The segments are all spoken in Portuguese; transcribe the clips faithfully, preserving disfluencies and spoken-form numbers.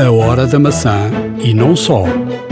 A Hora da Maçã e não só.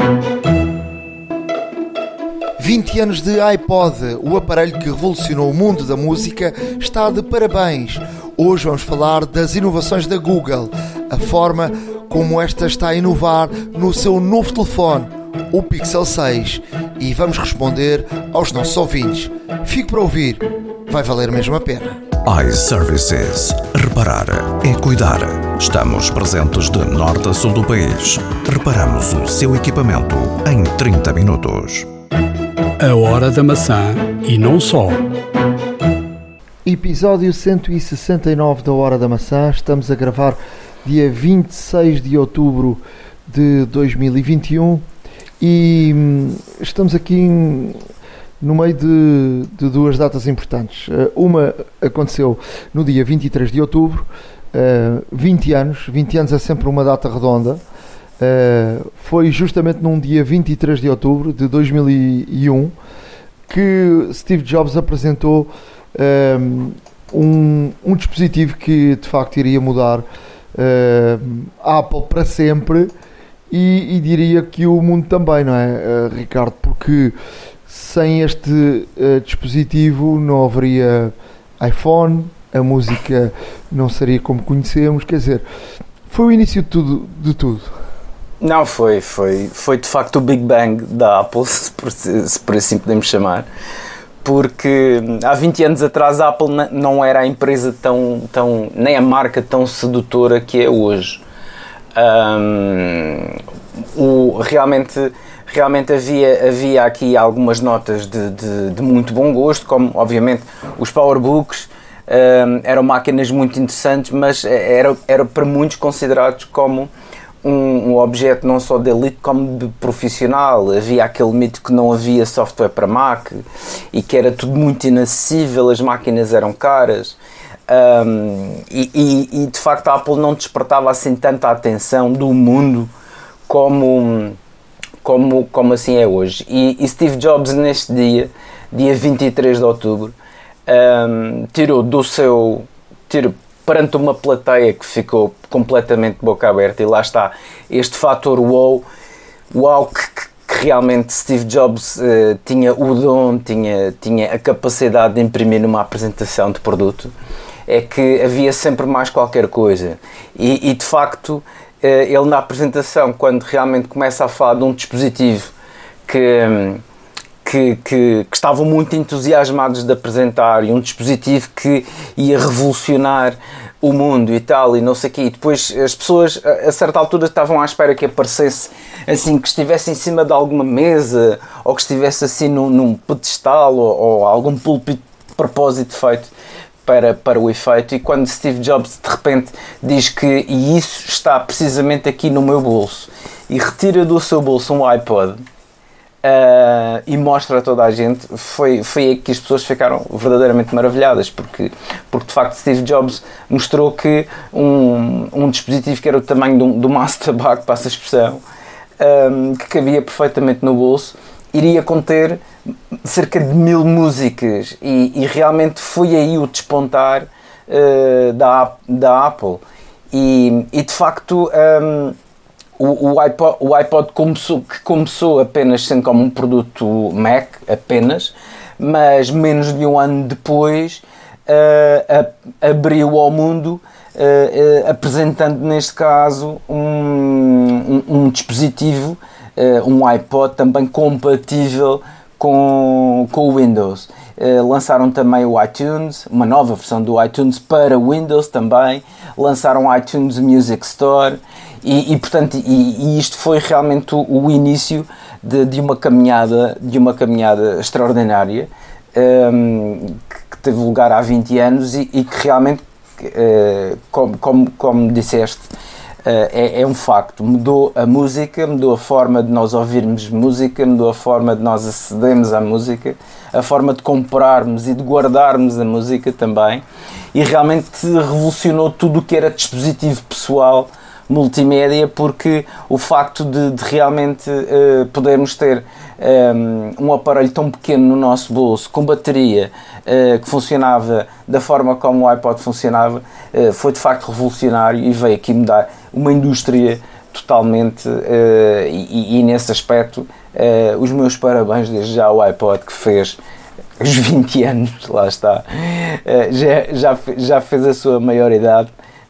vinte anos de iPod, o aparelho que revolucionou o mundo da música, está de parabéns. Hoje vamos falar das inovações da Google, a forma como esta está a inovar no seu novo telefone, o Pixel seis, e vamos responder aos nossos ouvintes. Fique para ouvir, vai valer mesmo a pena. iServices. Reparar é cuidar. Estamos presentes de norte a sul do país. Reparamos o seu equipamento em trinta minutos. A Hora da Maçã e não só. Episódio cento e sessenta e nove da Hora da Maçã. Estamos a gravar dia vinte e seis de outubro de dois mil e vinte e um e hum, estamos aqui em, no meio de, de duas datas importantes. Uma aconteceu no dia vinte e três de outubro, uh, vinte anos. vinte anos é sempre uma data redonda. Uh, foi justamente num dia vinte e três de outubro de dois mil e um que Steve Jobs apresentou um, um dispositivo que de facto iria mudar uh, a Apple para sempre e, e diria que o mundo também, não é, uh, Ricardo? Porque sem este uh, dispositivo não haveria iPhone, a música não seria como conhecemos, quer dizer, foi o início de tudo, de tudo. Não, foi, foi, foi de facto o Big Bang da Apple, se por, se por assim podemos chamar, porque há vinte anos atrás a Apple não era a empresa tão, tão, nem a marca tão sedutora que é hoje. Um, o, realmente, realmente havia, havia aqui algumas notas de, de, de muito bom gosto, como obviamente os PowerBooks. Um, eram máquinas muito interessantes, mas eram era para muitos considerados como Um, um objeto não só de elite como de profissional. Havia aquele mito que não havia software para Mac e que era tudo muito inacessível, as máquinas eram caras, um, e, e, e de facto a Apple não despertava assim tanta atenção do mundo como, como, como assim é hoje. E, e Steve Jobs neste dia, dia vinte e três de outubro, um, tirou do seu... Tirou, perante uma plateia que ficou completamente de boca aberta, e lá está este fator wow, wow que, que realmente Steve Jobs uh, tinha o dom, tinha, tinha a capacidade de imprimir numa apresentação de produto, é que havia sempre mais qualquer coisa. E, e de facto, uh, ele na apresentação, quando realmente começa a falar de um dispositivo que... Um, Que, que, que estavam muito entusiasmados de apresentar, e um dispositivo que ia revolucionar o mundo e tal, e não sei o quê, e depois as pessoas a certa altura estavam à espera que aparecesse assim, que estivesse em cima de alguma mesa, ou que estivesse assim num, num pedestal, ou, ou algum púlpito de propósito feito para, para o efeito. E quando Steve Jobs de repente diz que e isso está precisamente aqui no meu bolso, e retira do seu bolso um iPod, Uh, e mostra a toda a gente, foi, foi aí que as pessoas ficaram verdadeiramente maravilhadas, porque, porque de facto Steve Jobs mostrou que um, um dispositivo que era o tamanho de um, de um maço de tabaco, passa a expressão, um, que cabia perfeitamente no bolso, iria conter cerca de mil músicas, e, e realmente foi aí o despontar uh, da, da Apple. E, e de facto um, O, o, iPod, o iPod começou, que começou apenas sendo como um produto Mac, apenas, mas menos de um ano depois uh, a, abriu ao mundo, uh, uh, apresentando neste caso um, um, um dispositivo, uh, um iPod também compatível com, com o Windows. Uh, lançaram também o iTunes, uma nova versão do iTunes para Windows também, lançaram o iTunes Music Store. E, e portanto, e, e isto foi realmente o, o início de, de uma caminhada, de uma caminhada extraordinária, um, que, que teve lugar há vinte anos, e, e que realmente, uh, como, como, como disseste, uh, é, é um facto. Mudou a música, mudou a forma de nós ouvirmos música, mudou a forma de nós acedermos à música, a forma de comprarmos e de guardarmos a música também, e realmente revolucionou tudo o que era dispositivo pessoal multimédia, porque o facto de, de realmente uh, podermos ter um, um aparelho tão pequeno no nosso bolso, com bateria, uh, que funcionava da forma como o iPod funcionava, uh, foi de facto revolucionário, e veio aqui mudar uma indústria totalmente, uh, e, e nesse aspecto, uh, os meus parabéns desde já ao iPod, que fez os vinte anos, lá está, uh, já, já, já fez a sua maioridade,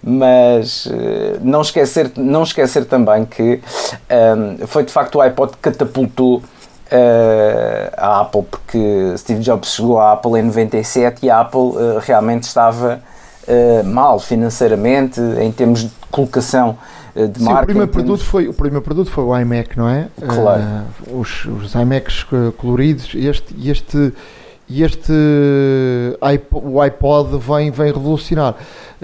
mas uh, não, esquecer, não esquecer também que um, foi de facto o iPod que catapultou Uh, a Apple, porque Steve Jobs chegou à Apple em noventa e sete e a Apple uh, realmente estava uh, mal financeiramente, em termos de colocação uh, de Sim, marca. O primeiro, termos... produto foi, o primeiro produto foi o iMac, não é? Claro. Uh, os, os iMacs coloridos, este, este, este iPod, o iPod vem, vem revolucionar.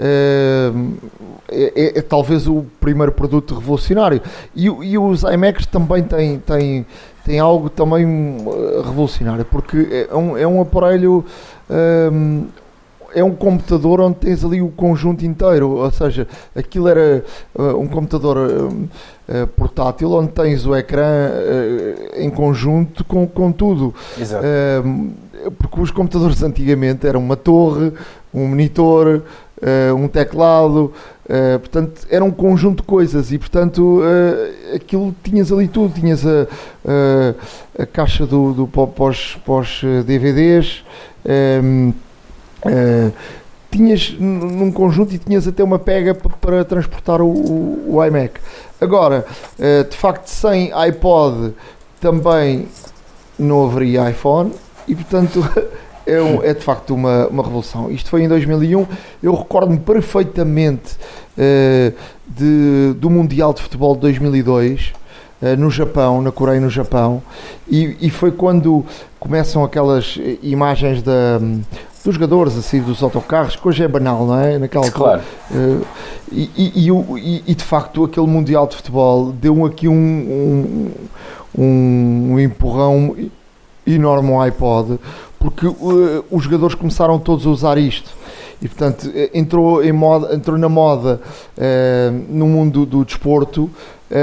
Uh, é, é, é talvez o primeiro produto revolucionário. E, e os iMacs também têm, têm tem algo também revolucionário, porque é um, é um aparelho, um, é um computador onde tens ali o conjunto inteiro, ou seja, aquilo era uh, um computador uh, uh, portátil, onde tens o ecrã uh, em conjunto com, com tudo. Exato. Uh, porque os computadores antigamente eram uma torre, um monitor, uh, um teclado, uh, portanto era um conjunto de coisas e portanto uh, aquilo tinhas ali tudo, tinhas a, uh, a caixa do, do pós, pós D V Ds, um, uh, tinhas num conjunto e tinhas até uma pega p- para transportar o, o, o iMac. Agora, uh, de facto, sem iPod também não haveria iPhone. E portanto é, um, é de facto uma, uma revolução. Isto foi em dois mil e um. Eu recordo-me perfeitamente uh, de, do Mundial de Futebol de dois mil e dois, uh, no Japão, na Coreia, no Japão, e, e foi quando começam aquelas imagens da, dos jogadores a sair dos autocarros, que hoje é banal, não é? Naquela altura. Claro. Uh, e, e, e, e de facto aquele Mundial de Futebol deu aqui um, um, um, um empurrão enorme ao iPod, porque uh, os jogadores começaram todos a usar isto e portanto entrou, em moda, entrou na moda uh, no mundo do, do desporto, uh,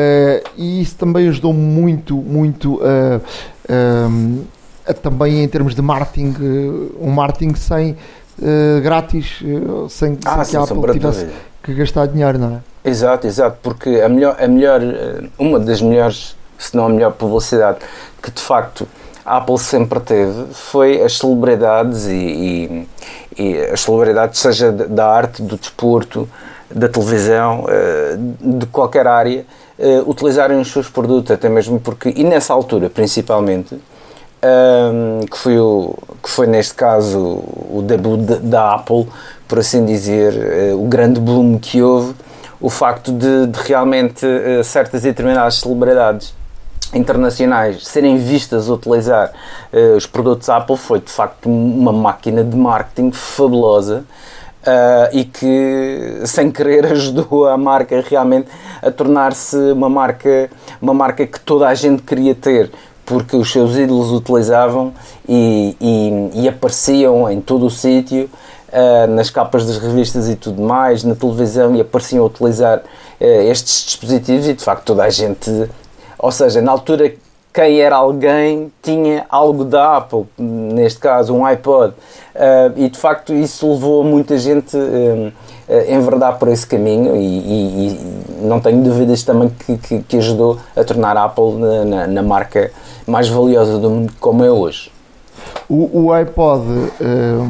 e isso também ajudou muito, muito uh, um, a, também em termos de marketing, uh, um marketing sem uh, grátis, uh, sem, ah, sem que a Apple tivesse que gastar dinheiro, não é? Exato, exato, porque a melhor, a melhor, uma das melhores, se não a melhor publicidade que de facto a Apple sempre teve foi as celebridades e, e, e as celebridades, seja da arte, do desporto, da televisão, de qualquer área, utilizarem os seus produtos, até mesmo porque, e nessa altura principalmente, que foi, o, que foi neste caso o debut da Apple, por assim dizer, o grande boom que houve, o facto de, de realmente certas e determinadas celebridades internacionais serem vistas a utilizar uh, os produtos Apple foi de facto uma máquina de marketing fabulosa, uh, e que sem querer ajudou a marca realmente a tornar-se uma marca, uma marca que toda a gente queria ter, porque os seus ídolos utilizavam e, e, e apareciam em todo o sítio, uh, nas capas das revistas e tudo mais, na televisão, e apareciam a utilizar uh, estes dispositivos, e de facto toda a gente. Ou seja, na altura, quem era alguém tinha algo da Apple, neste caso um iPod, uh, e de facto isso levou muita gente uh, a enverdar por esse caminho, e, e, e não tenho dúvidas também que, que, que ajudou a tornar a Apple na, na, na marca mais valiosa do mundo como é hoje. O, o iPod uh,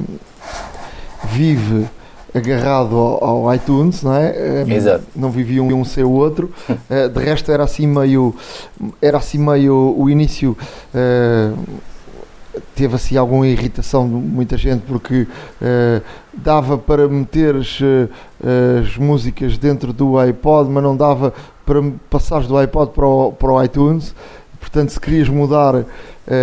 vive agarrado ao, ao iTunes, não é? Exato. Não viviam um sem o outro. Uh, de resto era assim meio, era assim meio o início. Uh, teve assim alguma irritação de muita gente, porque uh, dava para meter as, as músicas dentro do iPod, mas não dava para passares do iPod para o, para o iTunes. Portanto, se querias mudar uh,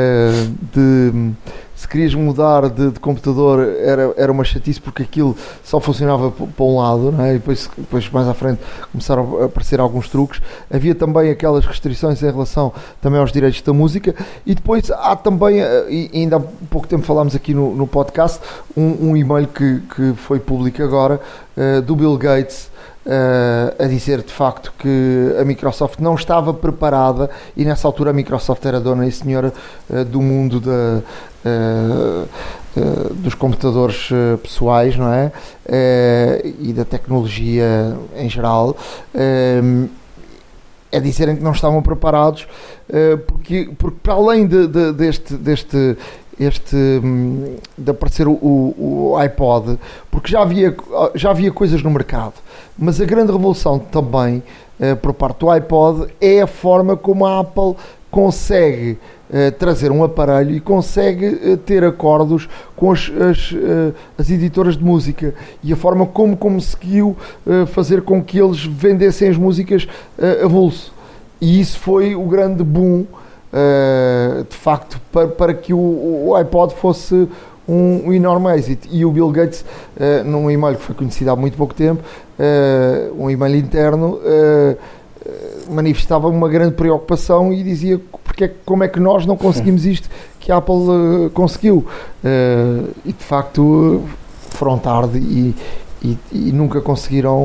de se querias mudar de, de computador era, era uma chatice, porque aquilo só funcionava p- para um lado, não é? E depois, depois mais à frente começaram a aparecer alguns truques. Havia também aquelas restrições em relação também aos direitos da música, e depois há também, e ainda há pouco tempo falámos aqui no, no podcast, um, um e-mail que, que foi público agora, uh, do Bill Gates, Uh, a dizer de facto que a Microsoft não estava preparada, e nessa altura a Microsoft era dona e senhora uh, do mundo da, uh, uh, dos computadores uh, pessoais, não é? Uh, e da tecnologia em geral, uh, é dizerem que não estavam preparados, uh, porque, porque para além de, de, deste, deste este, de aparecer o, o, o iPod, porque já havia, já havia coisas no mercado, mas a grande revolução também, uh, por parte do iPod, é a forma como a Apple consegue uh, trazer um aparelho e consegue uh, ter acordos com as, as, uh, as editoras de música, e a forma como conseguiu uh, fazer com que eles vendessem as músicas uh, a bolso. E isso foi o grande boom, uh, de facto, para, para que o, o iPod fosse um, um enorme êxito. E o Bill Gates, uh, num e-mail que foi conhecido há muito pouco tempo, uh, um e-mail interno, uh, manifestava uma grande preocupação e dizia porque, como é que nós não conseguimos isto que a Apple uh, conseguiu, uh, e de facto foram tarde e, e, e nunca conseguiram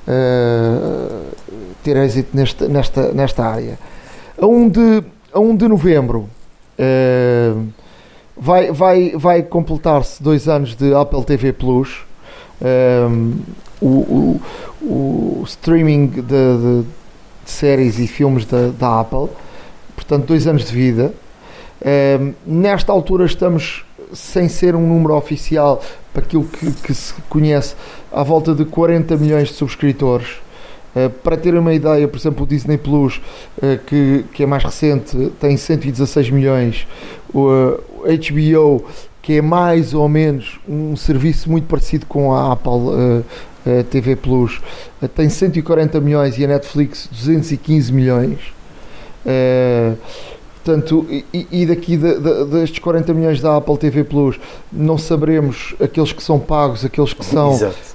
uh, ter êxito nesta, nesta, nesta área. A um de, a um de novembro uh, vai, vai, vai completar-se dois anos de Apple T V Plus, um, o, o, o streaming de, de de séries e filmes da, da Apple, portanto dois anos de vida. Um, nesta altura estamos, sem ser um número oficial, para aquilo que, que se conhece, à volta de quarenta milhões de subscritores. Uh, para ter uma ideia, por exemplo, o Disney Plus, uh, que, que é mais recente, tem cento e dezasseis milhões. O uh, H B O, que é mais ou menos um serviço muito parecido com a Apple uh, uh, T V Plus, uh, tem cento e quarenta milhões, e a Netflix duzentos e quinze milhões. Uh, portanto, e, e daqui de, de, destes quarenta milhões da Apple T V Plus, não saberemos aqueles que são pagos, aqueles que são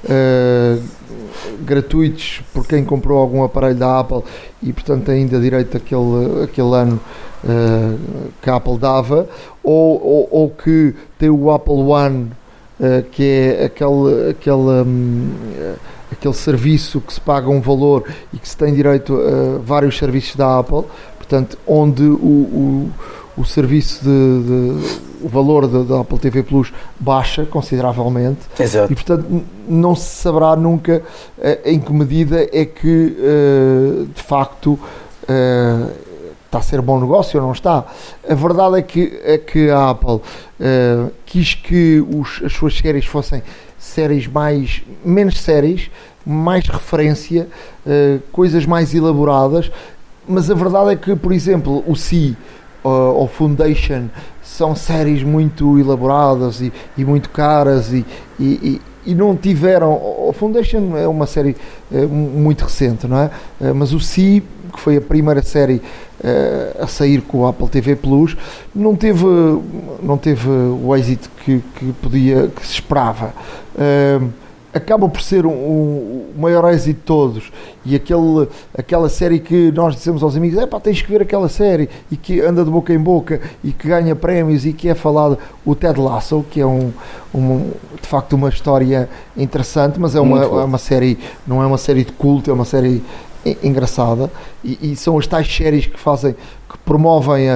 uh, gratuitos por quem comprou algum aparelho da Apple e, portanto, tem ainda direito àquele, àquele ano uh, que a Apple dava, ou, ou, ou que tem o Apple One, uh, que é aquele, aquele, um, aquele serviço que se paga um valor e que se tem direito a vários serviços da Apple, portanto, onde o, o, o serviço de, de o valor da Apple T V Plus baixa consideravelmente. Exato. E, portanto, não se saberá nunca uh, em que medida é que uh, de facto uh, está a ser bom negócio ou não está. A verdade é que, é que a Apple uh, quis que os, as suas séries fossem séries mais, menos séries, mais referência, uh, coisas mais elaboradas, mas a verdade é que, por exemplo, o Si uh, ou Foundation são séries muito elaboradas e, e muito caras e, e, e não tiveram. O Foundation é uma série uh, muito recente, não é? Uh, mas o Si, que foi a primeira série uh, a sair com o Apple T V Plus, não teve, não teve o êxito que, que podia, que se esperava. Uh, acaba por ser um, um, o maior êxito de todos, e aquele, aquela série que nós dizemos aos amigos, é pá, tens que ver aquela série, e que anda de boca em boca e que ganha prémios e que é falado, o Ted Lasso, que é um, um de facto uma história interessante, mas é uma, é uma série, não é uma série de culto, é uma série engraçada, e, e são as tais séries que fazem, que promovem a,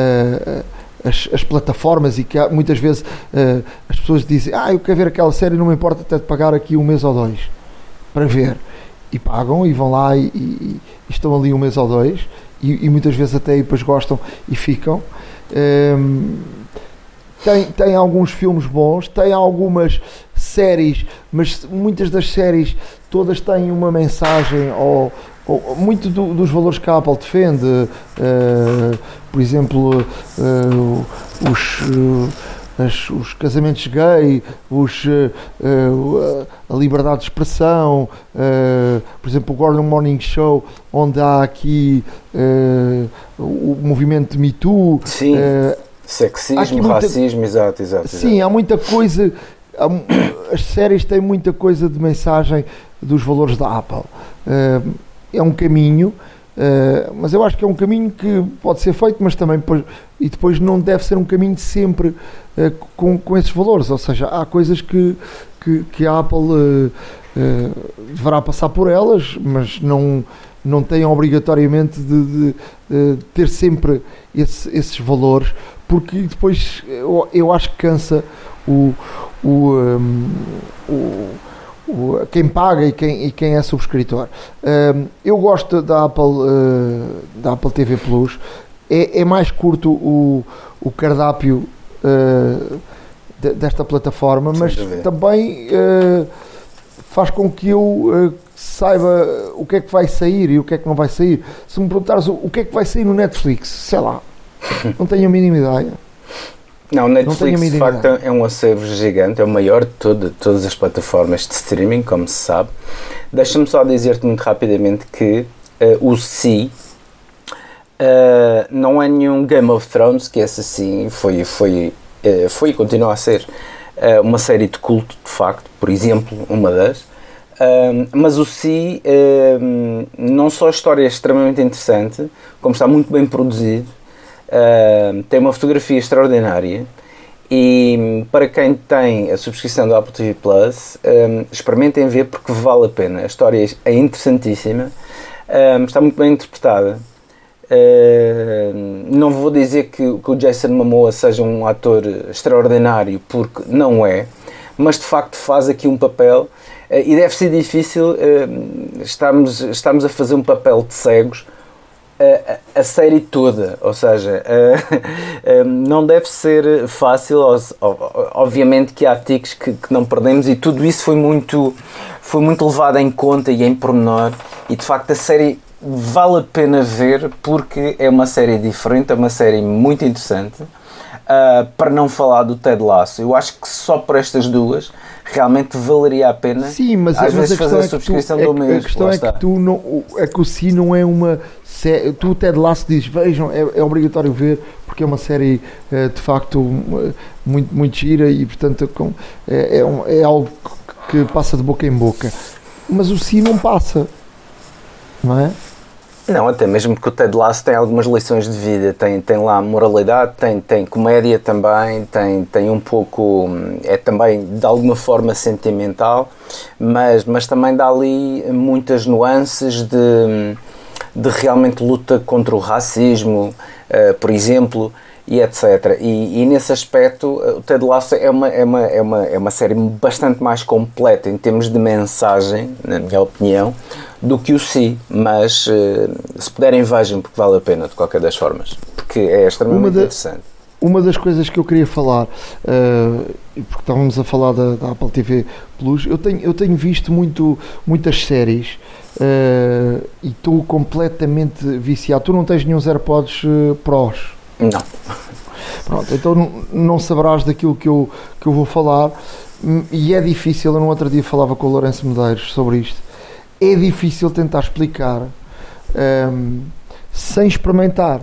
a As, as plataformas, e que há, muitas vezes uh, as pessoas dizem, ah, eu quero ver aquela série, não me importa até de pagar aqui um mês ou dois para ver, e pagam e vão lá e, e, e estão ali um mês ou dois e, e muitas vezes até depois gostam e ficam. Um, tem, tem alguns filmes bons, tem algumas séries, mas muitas das séries todas têm uma mensagem ou muito do, dos valores que a Apple defende, uh, por exemplo, uh, os, uh, as, os casamentos gay, os, uh, uh, a liberdade de expressão, uh, por exemplo, o Gordon Morning Show, onde há aqui uh, o movimento de Me Too. Sim, uh, sexismo, racismo, muita, exato, exato. Sim, exato. Há muita coisa, há, as séries têm muita coisa de mensagem dos valores da Apple. Uh, É um caminho, uh, mas eu acho que é um caminho que pode ser feito, mas também depois, e depois não deve ser um caminho sempre uh, com, com esses valores, ou seja, há coisas que, que, que a Apple uh, uh, deverá passar por elas, mas não, não tem obrigatoriamente de, de, de ter sempre esse, esses valores, porque depois eu, eu acho que cansa o, o, um, o o, quem paga e quem, e quem é subscritor. Uh, eu gosto da Apple, uh, da Apple T V Plus. É, é mais curto o, o cardápio uh, de, desta plataforma, mas também uh, faz com que eu uh, saiba o que é que vai sair e o que é que não vai sair. Se me perguntares o, o que é que vai sair no Netflix, sei lá, não tenho a mínima ideia. Não, o Netflix de facto é um acervo gigante, é o maior de, todo, de todas as plataformas de streaming, como se sabe. Deixa-me só dizer-te muito rapidamente que uh, o Si uh, não é nenhum Game of Thrones, que essa sim foi, foi, uh, foi e continua a ser uh, uma série de culto, de facto, por exemplo, uma das. Uh, mas o Si uh, não só a história é extremamente interessante, como está muito bem produzido. Uh, tem uma fotografia extraordinária e para quem tem a subscrição do Apple T V Plus, um, experimentem ver porque vale a pena. A história é interessantíssima, um, está muito bem interpretada. Uh, não vou dizer que, que o Jason Momoa seja um ator extraordinário, porque não é, mas de facto faz aqui um papel uh, e deve ser difícil. Uh, estamos, estamos a fazer um papel de cegos A, a série toda, ou seja, uh, uh, não deve ser fácil. Obviamente que há tiques que, que não perdemos e tudo isso foi muito, foi muito levado em conta e em pormenor, e de facto a série vale a pena ver porque é uma série diferente, é uma série muito interessante. Uh, para não falar do Ted Lasso, eu acho que só por estas duas realmente valeria a pena. Sim, mas, às mas vezes a fazer é a subscrição tu, do é, mês. A questão é está. que, tu não, é que o Si não é uma série. Tu, o Ted Lasso, dizes, vejam, é, é obrigatório ver porque é uma série uh, de facto muito, muito gira e portanto com, é, é, um, é algo que passa de boca em boca. Mas o Si não passa, não é? Não, até mesmo porque o Ted Lasso tem algumas lições de vida, tem, tem lá moralidade, tem, tem comédia também, tem, tem um pouco, é também de alguma forma sentimental, mas, mas também dá ali muitas nuances de, de realmente luta contra o racismo, uh, por exemplo, e etcétera. E, e nesse aspecto o Ted Lasso é uma, é, uma, é, uma, é uma série bastante mais completa em termos de mensagem, na minha opinião, do que o Si, mas uh, se puderem vejam porque vale a pena de qualquer das formas, porque é extremamente uma da, interessante. Uma das coisas que eu queria falar, uh, porque estávamos a falar da, da Apple T V Plus, eu tenho, eu tenho visto muito, muitas séries uh, e estou completamente viciado. Tu não tens nenhum AirPods uh, Pros? Não. Pronto, então não, não saberás daquilo que eu, que eu vou falar, e é difícil. Eu no outro dia falava com o Lourenço Medeiros sobre isto. É difícil tentar explicar um, sem experimentar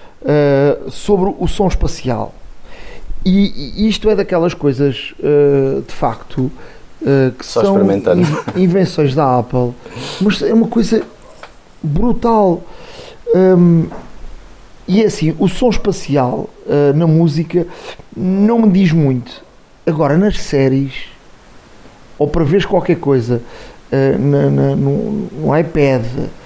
uh, sobre o som espacial, e, e isto é daquelas coisas uh, de facto uh, que Só são in, invenções da Apple, mas é uma coisa brutal. Um, e é assim, o som espacial uh, na música não me diz muito. Agora nas séries, ou para veres qualquer coisa Uh, na, na, no, no iPad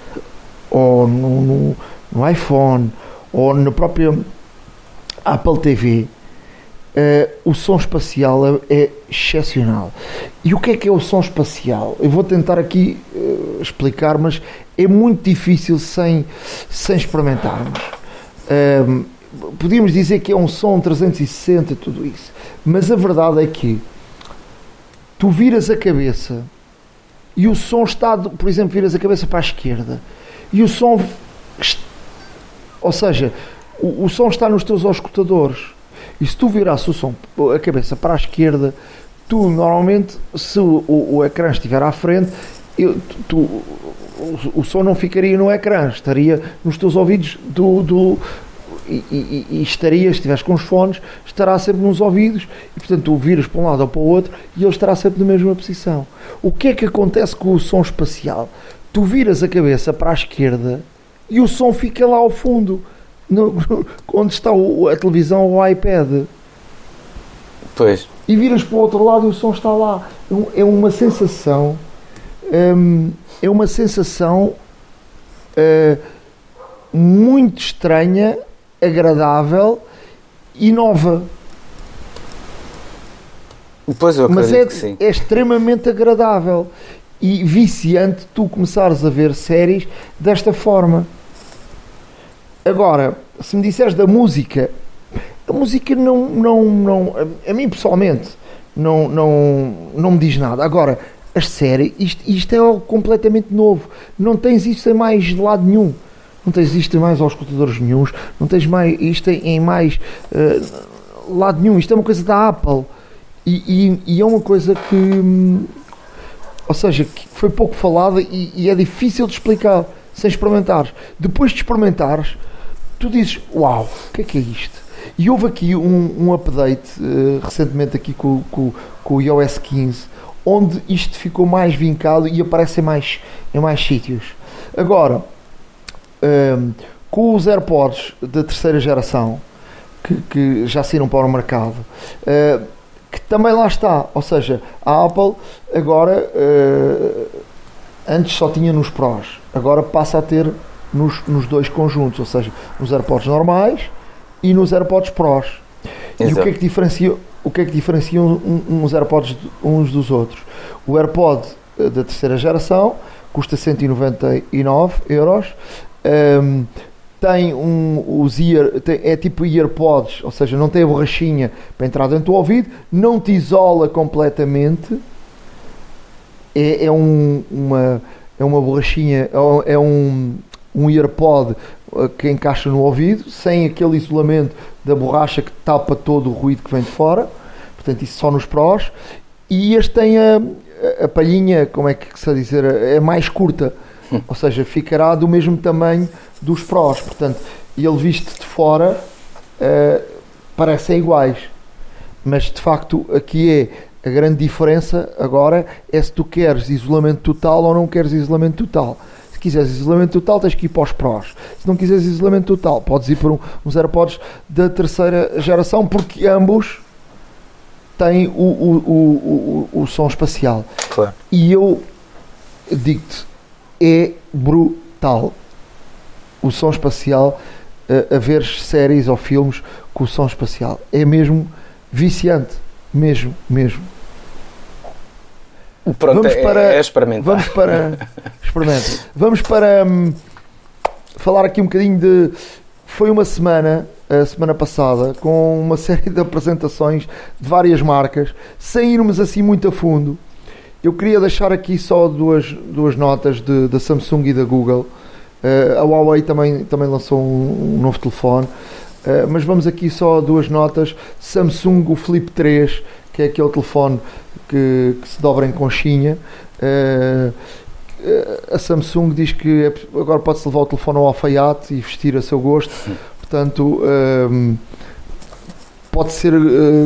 ou no, no, no iPhone ou na própria Apple T V, uh, o som espacial é, é excepcional. E o que é que é o som espacial? Eu vou tentar aqui uh, explicar, mas é muito difícil sem, sem experimentarmos. Uh, podíamos dizer que é um som trezentos e sessenta, tudo isso, mas a verdade é que tu viras a cabeça e o som está, por exemplo, viras a cabeça para a esquerda e o som, ou seja, o, o som está nos teus auscultadores, e se tu virasse o som, a cabeça para a esquerda, tu normalmente, se o, o, o ecrã estiver à frente, eu, tu, o, o som não ficaria no ecrã, estaria nos teus ouvidos do, do E, e, e estaria, se estiveres com os fones, estará sempre nos ouvidos, e portanto tu viras para um lado ou para o outro e ele estará sempre na mesma posição. O que é que acontece com o som espacial? Tu viras a cabeça para a esquerda e o som fica lá ao fundo, no, no, onde está o, a televisão ou o iPad. Pois. E viras para o outro lado e o som está lá. É uma sensação, hum, é uma sensação uh, muito estranha, agradável e nova. Pois eu mas acredito é, que sim. é extremamente agradável e viciante tu começares a ver séries desta forma. Agora, se me disseres da música, a música não, não, não a, a mim pessoalmente não, não, não me diz nada. Agora, as séries, isto, isto é algo completamente novo, não tens isto em mais de lado nenhum, não tens isto em mais aos escutadores nenhuns, não tens mais, isto em, em mais uh, lado nenhum, isto é uma coisa da Apple e, e, e é uma coisa que hum, ou seja, que foi pouco falada e, e é difícil de explicar sem experimentares. Depois de experimentares, tu dizes, uau, o que é que é isto? E houve aqui um, um update uh, recentemente aqui com, com, com o i O S quinze, onde isto ficou mais vincado e aparece em mais, em mais sítios. Agora, um, com os AirPods da terceira geração, que, que já saíram para o mercado, uh, que também lá está, ou seja, a Apple agora, uh, antes só tinha nos Pros, agora passa a ter nos, nos dois conjuntos, ou seja, nos AirPods normais e nos AirPods Pros. Exato. E o que é que diferencia, o que é que diferencia uns AirPods uns dos outros? O AirPod da terceira geração custa cento e noventa e nove euros, um, tem um, os ear, tem, é tipo EarPods, ou seja, não tem a borrachinha para entrar dentro do ouvido, não te isola completamente, é, é, um, uma, é uma borrachinha, é um, um EarPod que encaixa no ouvido, sem aquele isolamento da borracha que tapa todo o ruído que vem de fora, portanto isso só nos Pros, e este tem a, a palhinha, como é que se a dizer, é mais curta, ou seja, ficará do mesmo tamanho dos Pros, portanto, ele visto de fora uh, parecem iguais, mas de facto aqui é a grande diferença agora é se tu queres isolamento total ou não queres isolamento total. Se quiseres isolamento total tens que ir para os Pros, se não quiseres isolamento total podes ir para um, uns AirPods da terceira geração, porque ambos têm o, o, o, o, o som espacial. Claro. E eu digo-te, é brutal o som espacial, a, a ver séries ou filmes com o som espacial. É mesmo viciante. Mesmo, mesmo. Pronto, vamos é, para, é experimentar. Vamos para... Experimenta. Vamos para hum, falar aqui um bocadinho de... Foi uma semana, a semana passada, com uma série de apresentações de várias marcas, sem irmos assim muito a fundo. Eu queria deixar aqui só duas, duas notas de, da Samsung e da Google. Uh, a Huawei também, também lançou um, um novo telefone, uh, mas vamos aqui só duas notas. Samsung, o Flip três, que é aquele telefone que, que se dobra em conchinha. Uh, a Samsung diz que é, agora pode-se levar o telefone ao alfaiate e vestir a seu gosto, portanto uh, pode ser uh,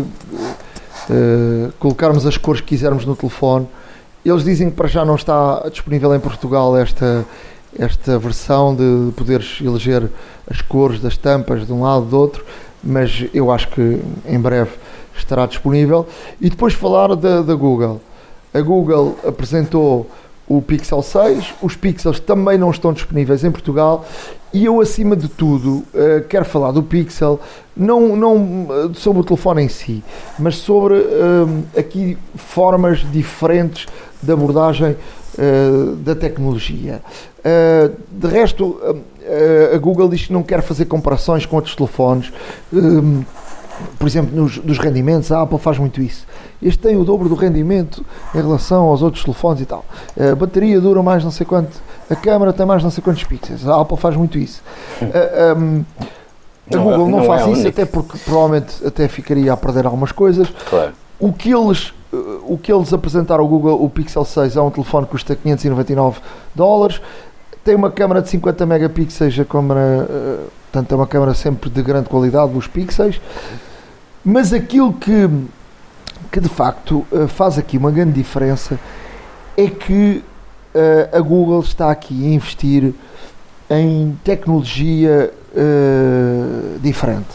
uh, colocarmos as cores que quisermos no telefone. Eles dizem que para já não está disponível em Portugal esta, esta versão de poderes eleger as cores das tampas de um lado e do outro, mas eu acho que em breve estará disponível. E depois falar da, da Google. A Google apresentou o Pixel seis, os Pixels também não estão disponíveis em Portugal e eu, acima de tudo, uh, quero falar do Pixel, não, não sobre o telefone em si, mas sobre uh, aqui formas diferentes de abordagem uh, da tecnologia. Uh, de resto, uh, a Google diz que não quer fazer comparações com outros telefones, uh, por exemplo, nos, dos rendimentos. A Apple faz muito isso. Este tem o dobro do rendimento em relação aos outros telefones e tal. A bateria dura mais não sei quanto, a câmera tem mais não sei quantos pixels. A Apple faz muito isso. A, um, a Google não, não, não faz é isso, único. Até porque provavelmente até ficaria a perder algumas coisas. Claro. O que eles, o que eles apresentaram ao Google, o Pixel seis, é um telefone que custa quinhentos e noventa e nove dólares. Tem uma câmera de cinquenta megapixels, a câmera, portanto, é uma câmera sempre de grande qualidade, os pixels. Mas aquilo que, que de facto faz aqui uma grande diferença é que uh, a Google está aqui a investir em tecnologia uh, diferente.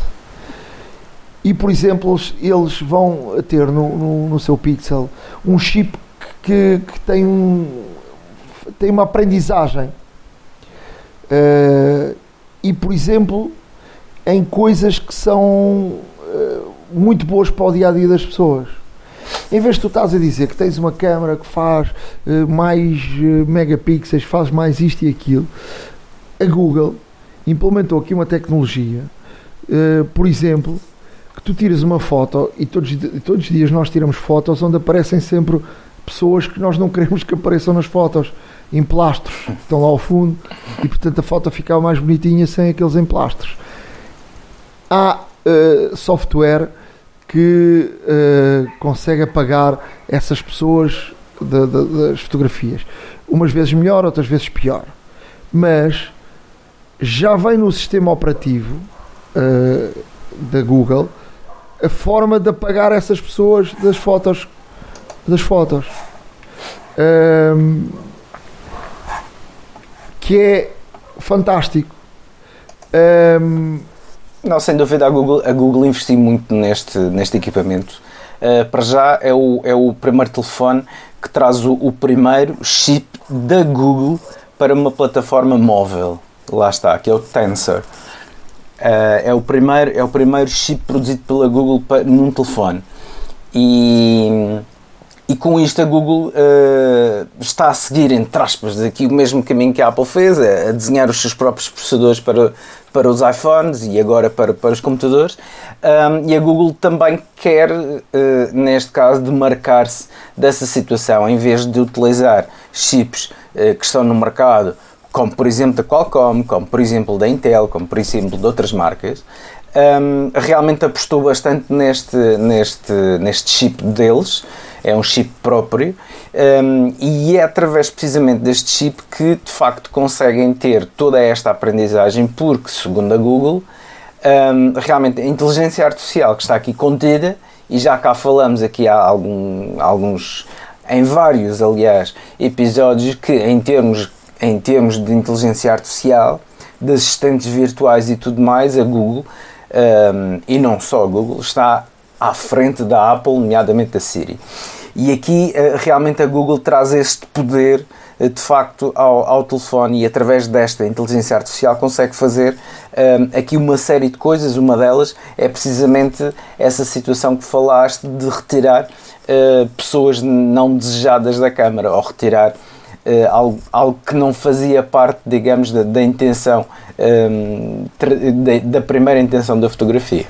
E, por exemplo, eles, eles vão ter no, no, no seu Pixel um chip que, que tem, um, tem uma aprendizagem. Uh, e, por exemplo, em coisas que são uh, muito boas para o dia-a-dia das pessoas. Em vez de tu estás a dizer que tens uma câmara que faz uh, mais uh, megapixels, faz mais isto e aquilo, a Google implementou aqui uma tecnologia, uh, por exemplo, que tu tiras uma foto e todos, todos os dias nós tiramos fotos onde aparecem sempre pessoas que nós não queremos que apareçam nas fotos, emplastros, que estão lá ao fundo, e portanto a foto ficava mais bonitinha sem aqueles emplastros. Há uh, software que uh, consegue apagar essas pessoas de, de, das fotografias. Umas vezes melhor, outras vezes pior. Mas já vem no sistema operativo uh, da Google a forma de apagar essas pessoas das fotos. Das fotos. Um, que é fantástico. Um, Não, sem dúvida, a Google, a Google investiu muito neste, neste equipamento. Uh, para já é o, é o primeiro telefone que traz o, o primeiro chip da Google para uma plataforma móvel. Lá está, que é o Tensor. Uh, é, o primeiro, é o primeiro chip produzido pela Google para, num telefone. E, e com isto a Google uh, está a seguir, entre aspas, aqui o mesmo caminho que a Apple fez, a, a desenhar os seus próprios processadores para, para os iPhones e agora para, para os computadores. Um, e a Google também quer, uh, neste caso, demarcar-se dessa situação, em vez de utilizar chips uh, que estão no mercado, como por exemplo da Qualcomm, como por exemplo da Intel, como por exemplo de outras marcas, um, realmente apostou bastante neste, neste, neste chip deles. É um chip próprio, um, e é através precisamente deste chip que de facto conseguem ter toda esta aprendizagem, porque segundo a Google, um, realmente a inteligência artificial que está aqui contida, e já cá falamos aqui há algum, alguns, em vários aliás, episódios, que em termos, em termos de inteligência artificial, de assistentes virtuais e tudo mais, a Google, um, e não só a Google, está à frente da Apple, nomeadamente da Siri. E aqui realmente a Google traz este poder de facto ao, ao telefone, e através desta inteligência artificial consegue fazer um, aqui uma série de coisas. Uma delas é precisamente essa situação que falaste de retirar uh, pessoas não desejadas da câmara, ou retirar uh, algo, algo que não fazia parte, digamos, da, da intenção, um, da, da primeira intenção da fotografia.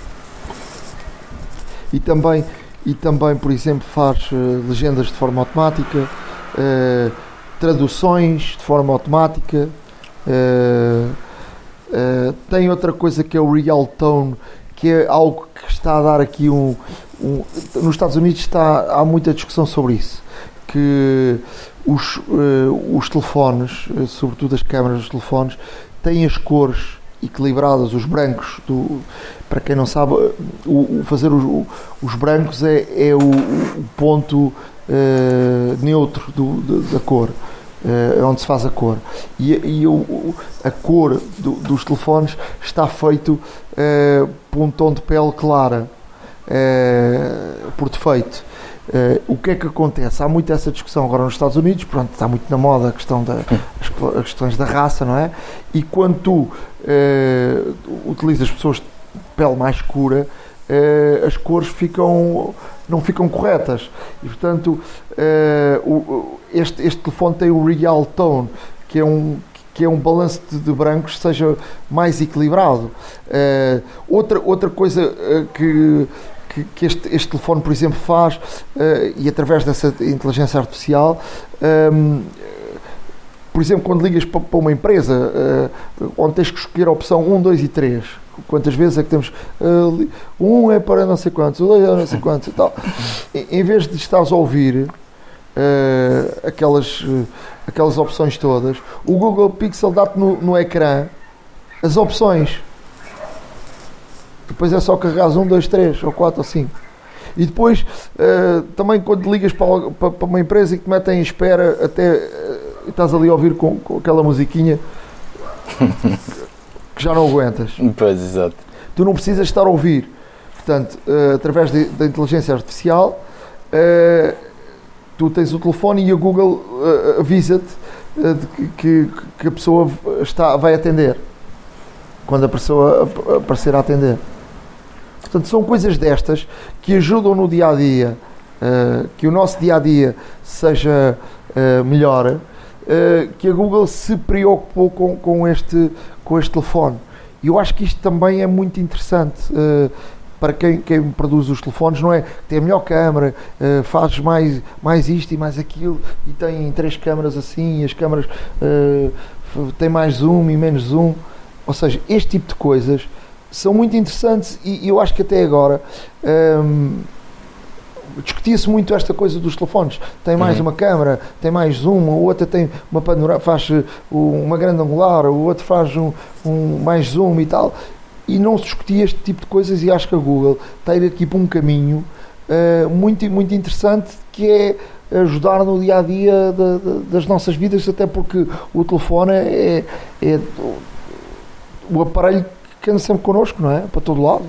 E também, e também, por exemplo, faz uh, legendas de forma automática, uh, traduções de forma automática. Uh, uh, tem outra coisa que é o Real Tone, que é algo que está a dar aqui um... um nos Estados Unidos está, há muita discussão sobre isso, que os, uh, os telefones, uh, sobretudo as câmaras dos telefones, têm as cores equilibradas, os brancos, do, para quem não sabe, o, o fazer os, os brancos é, é o, o ponto uh, neutro do, de, da cor, uh, é onde se faz a cor, e, e o, a cor do, dos telefones está feito uh, por um tom de pele clara, uh, por defeito. Uh, o que é que acontece? Há muito essa discussão agora nos Estados Unidos, pronto, está muito na moda a questão da, as, as questões da raça, não é? E quando tu uh, utilizas pessoas de pele mais escura, uh, as cores ficam, não ficam corretas, e portanto uh, o, este, este telefone tem o Real Tone, que é um que é um balanço de, de brancos que seja mais equilibrado. Uh, outra, outra coisa uh, que que, que este, este telefone, por exemplo, faz, uh, e através dessa inteligência artificial, um, por exemplo, quando ligas para, para uma empresa, uh, onde tens que escolher a opção um, dois e três, quantas vezes é que temos, uh, um é para não sei quantos, o dois é para não sei quantos e tal, em vez de estares a ouvir uh, aquelas, uh, aquelas opções todas, o Google Pixel dá-te no, no ecrã as opções. Depois é só carregares um, dois, três, ou quatro, ou cinco. E depois, uh, também quando ligas para, para, para uma empresa e que te metem em espera, até uh, estás ali a ouvir com, com aquela musiquinha que já não aguentas. Pois, exato. Tu não precisas estar a ouvir. Portanto, uh, através de, da inteligência artificial, uh, tu tens o telefone e a Google uh, avisa-te uh, de que, que a pessoa está, vai atender. Quando a pessoa aparecer a atender. Portanto, são coisas destas que ajudam no dia-a-dia uh, que o nosso dia-a-dia seja uh, melhor, uh, que a Google se preocupou com, com, este, com este telefone. E eu acho que isto também é muito interessante uh, para quem, quem produz os telefones, não é? Tem a melhor câmara, uh, faz mais, mais isto e mais aquilo, e tem três câmaras assim, e as câmaras uh, têm mais zoom e menos zoom. Ou seja, este tipo de coisas são muito interessantes e, e eu acho que até agora um, discutia-se muito esta coisa dos telefones. Tem mais uhum. uma câmara, tem mais zoom, o outro tem uma panorama, faz uma grande angular, o outro faz um, um mais zoom e tal, e não se discutia este tipo de coisas, e acho que a Google tem aqui para um caminho uh, muito, muito interessante, que é ajudar no dia-a-dia de, de, das nossas vidas, até porque o telefone é, é o aparelho que anda sempre connosco, não é? Para todo lado.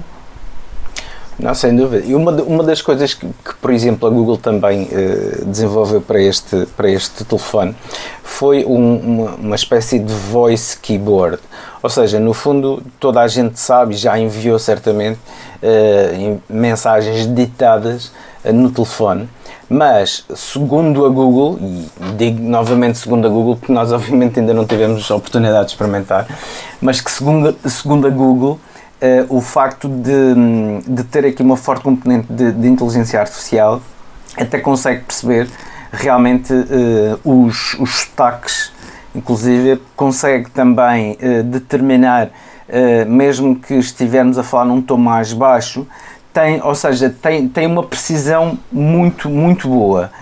Não, sem dúvida. E uma, uma das coisas que, que, por exemplo, a Google também uh, desenvolveu para este, para este telefone foi um, uma, uma espécie de voice keyboard. Ou seja, no fundo, toda a gente sabe, já enviou certamente uh, mensagens ditadas uh, no telefone. Mas, segundo a Google, e digo novamente segundo a Google, porque nós obviamente ainda não tivemos a oportunidade de experimentar, mas que segundo, segundo a Google, Uh, o facto de, de ter aqui uma forte componente de, de inteligência artificial até consegue perceber realmente uh, os, os sotaques, inclusive consegue também uh, determinar, uh, mesmo que estivermos a falar num tom mais baixo, tem, ou seja, tem, tem uma precisão muito, muito boa,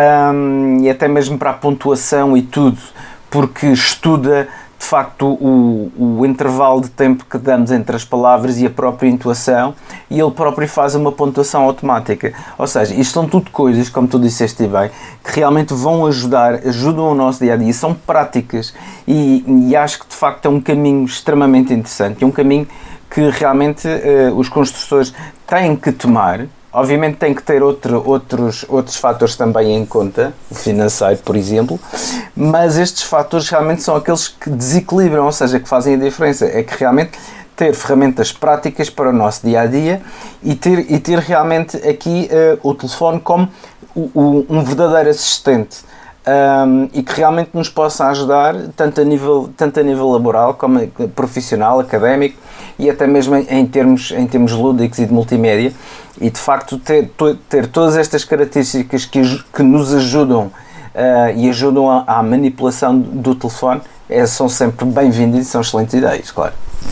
um, e até mesmo para a pontuação e tudo, porque estuda de facto o, o intervalo de tempo que damos entre as palavras e a própria intuação, e ele próprio faz uma pontuação automática. Ou seja, isto são tudo coisas, como tu disseste bem, que realmente vão ajudar, ajudam o nosso dia-a-dia, são práticas, e, e acho que de facto é um caminho extremamente interessante, é um caminho que realmente uh, os construtores têm que tomar. Obviamente tem que ter outro, outros, outros fatores também em conta, o financeiro, por exemplo, mas estes fatores realmente são aqueles que desequilibram, ou seja, que fazem a diferença. É que realmente ter ferramentas práticas para o nosso dia-a-dia e ter, e ter realmente aqui uh, o telefone como o, o, um verdadeiro assistente, um, e que realmente nos possa ajudar tanto a nível, tanto a nível laboral como profissional, académico, e até mesmo em, em, termos, em termos lúdicos e de multimédia. E de facto ter, ter todas estas características que, que nos ajudam uh, e ajudam a, à manipulação do telefone é, são sempre bem-vindas e são excelentes ideias, claro.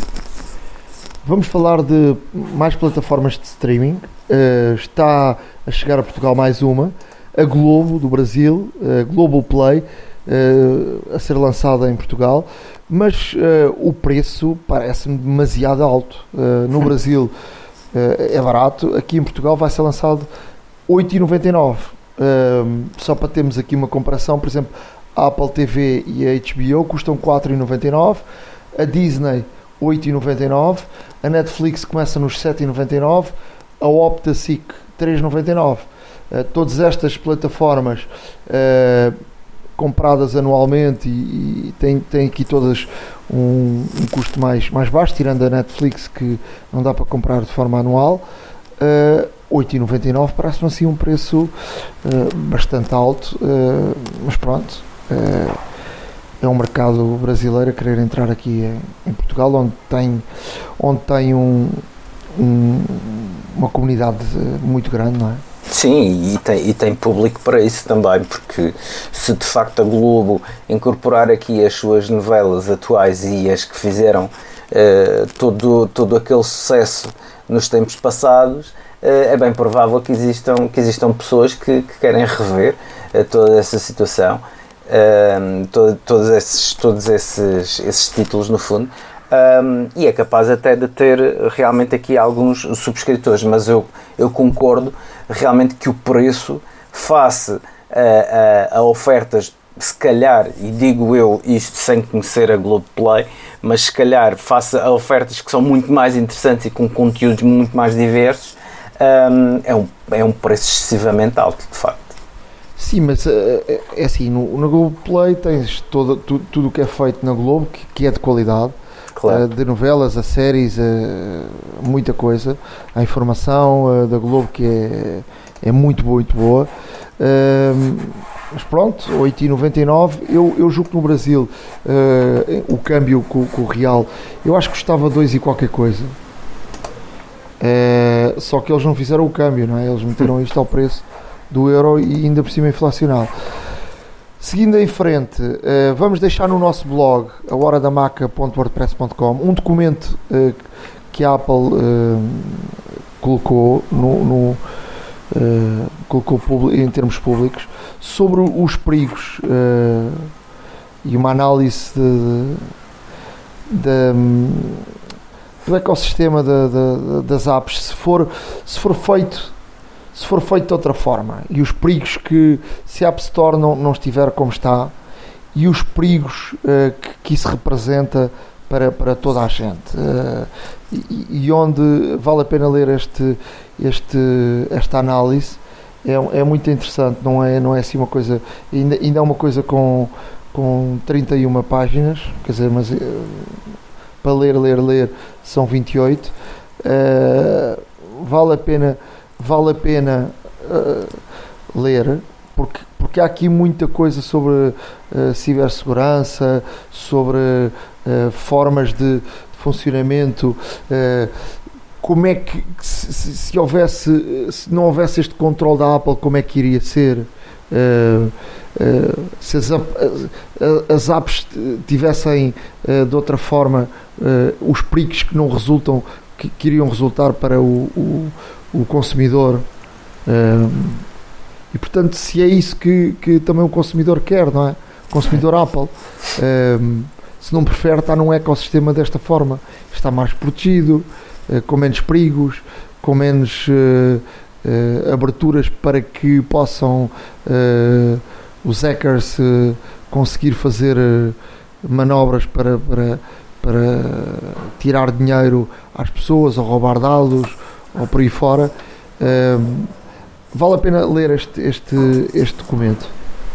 Vamos falar de mais plataformas de streaming. Uh, está a chegar a Portugal mais uma, a Globo do Brasil, a Globoplay, uh, a ser lançada em Portugal, mas uh, o preço parece-me demasiado alto. Uh, no Brasil é barato, aqui em Portugal vai ser lançado oito vírgula noventa e nove. Um, só para termos aqui uma comparação, por exemplo, a Apple T V e a H B O custam quatro vírgula noventa e nove, a Disney oito vírgula noventa e nove, a Netflix começa nos sete vírgula noventa e nove, a Optasic três vírgula noventa e nove. Uh, todas estas plataformas uh, compradas anualmente e, e têm, têm aqui todas um, um custo mais, mais baixo, tirando a Netflix, que não dá para comprar de forma anual. uh, oito vírgula noventa e nove parece-me assim um preço uh, bastante alto, uh, mas pronto, uh, é um mercado brasileiro a querer entrar aqui em, em Portugal, onde tem, onde tem um, um, uma comunidade muito grande, não é? Sim, e tem, e tem público para isso também, porque se de facto a Globo incorporar aqui as suas novelas atuais e as que fizeram uh, todo, todo aquele sucesso nos tempos passados, uh, é bem provável que existam, que existam pessoas que, que querem rever uh, toda essa situação, uh, todo, todos, esses, todos esses, esses títulos no fundo. Um, e é capaz até de ter realmente aqui alguns subscritores, mas eu, eu concordo realmente que o preço face a, a, a ofertas, se calhar, e digo eu isto sem conhecer a Globoplay, mas se calhar face a ofertas que são muito mais interessantes e com conteúdos muito mais diversos, um, é, um, é um preço excessivamente alto, de facto. Sim, mas é, é assim, no, no Globoplay tens todo, tudo, tudo o que é feito na Globo, que, que é de qualidade. claro. de novelas, a séries, a muita coisa. A informação da Globo que é, é muito, muito boa. Uh, mas pronto, oito e noventa e nove. Eu, eu julgo que no Brasil uh, o câmbio com, com o real, eu acho que custava dois e qualquer coisa. Uh, só que eles não fizeram o câmbio, não é? Eles meteram isto ao preço do euro e ainda por cima inflacionado. Seguindo em frente, uh, vamos deixar no nosso blog, a hora da maca ponto wordpress ponto com, um documento uh, que a Apple uh, colocou no, no Uh, colocou em termos públicos sobre os perigos uh, e uma análise de, de, de, do ecossistema de, de, das apps, se for, se for feito se for feito de outra forma, e os perigos que, se a App Store não, não estiver como está, e os perigos uh, que, que isso representa para, para toda a gente, uh, e, e onde vale a pena ler este, este, esta análise. É, é muito interessante, não é, não é assim uma coisa, ainda, ainda é uma coisa com, com trinta e uma páginas, quer dizer, mas uh, para ler, ler, ler são vinte e oito. Uh, vale a pena, vale a pena uh, ler, porque, porque há aqui muita coisa sobre uh, cibersegurança, sobre uh, formas de funcionamento, uh, como é que, se, se houvesse, se não houvesse este controle da Apple, como é que iria ser? Uh, uh, se as, uh, as apps tivessem uh, de outra forma uh, os perigos que não resultam, que, que iriam resultar para o, o, o consumidor. Uh, e portanto, se é isso que, que também o consumidor quer, não é? O consumidor Apple, uh, se não prefere estar num ecossistema desta forma, está mais protegido, uh, com menos perigos, com menos uh, uh, aberturas para que possam uh, os hackers uh, conseguir fazer uh, manobras para, para, para tirar dinheiro às pessoas, ou roubar dados, ou por aí fora. Uh, vale a pena ler este, este, este documento.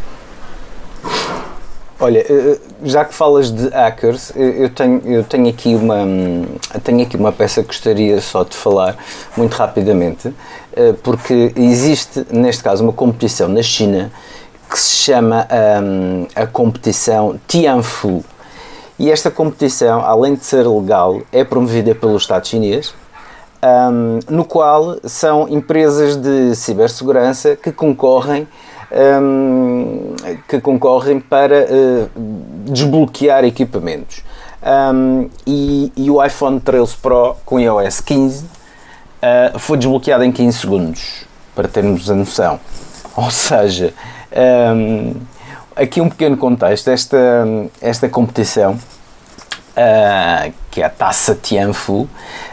Olha, já que falas de hackers, eu tenho, eu tenho, aqui uma, tenho aqui uma peça que gostaria só de falar muito rapidamente, porque existe, neste caso, uma competição na China que se chama um, a competição Tianfu. E esta competição, além de ser legal, é promovida pelo Estado chinês, um, no qual são empresas de cibersegurança que concorrem Um, que concorrem para uh, desbloquear equipamentos. Um, e, e o iPhone treze Pro com iOS quinze uh, foi desbloqueado em quinze segundos, para termos a noção. Ou seja, um, aqui um pequeno contexto. Esta, esta competição, uh, que é a Taça Tianfu,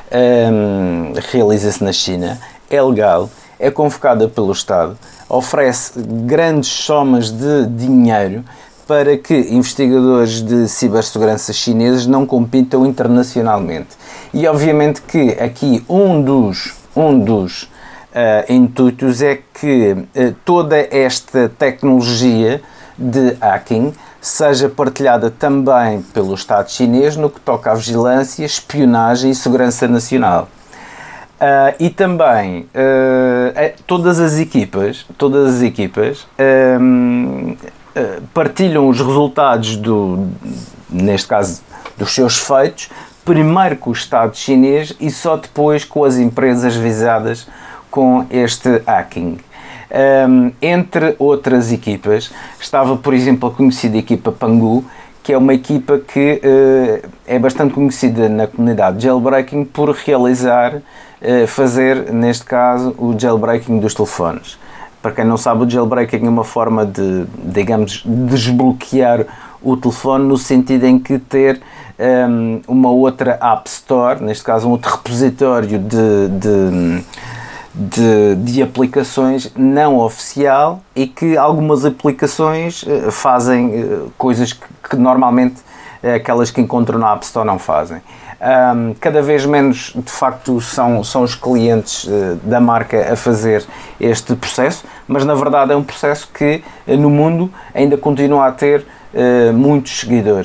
um, realiza-se na China, é legal, é convocada pelo Estado, oferece grandes somas de dinheiro para que investigadores de cibersegurança chineses não compitam internacionalmente. E obviamente que aqui um dos, um dos uh, intuitos é que uh, toda esta tecnologia de hacking seja partilhada também pelo Estado chinês no que toca à vigilância, espionagem e segurança nacional. Uh, e também uh, todas as equipas, todas as equipas um, uh, partilham os resultados do, neste caso, dos seus feitos, primeiro com o Estado chinês e só depois com as empresas visadas com este hacking. Um, entre outras equipas, estava, por exemplo, a conhecida equipa Pangu, que é uma equipa que uh, é bastante conhecida na comunidade jailbreaking por realizar, uh, fazer, neste caso, o jailbreaking dos telefones. Para quem não sabe, o jailbreaking é uma forma de, digamos, desbloquear o telefone no sentido em que ter um, uma outra App Store, neste caso um outro repositório de, de, de, de aplicações não oficial, e que algumas aplicações uh, fazem uh, coisas que, que normalmente uh, aquelas que encontram na App Store não fazem. Um, cada vez menos, de facto, são, são os clientes uh, da marca a fazer este processo, mas na verdade é um processo que uh, no mundo ainda continua a ter uh, muitos seguidores.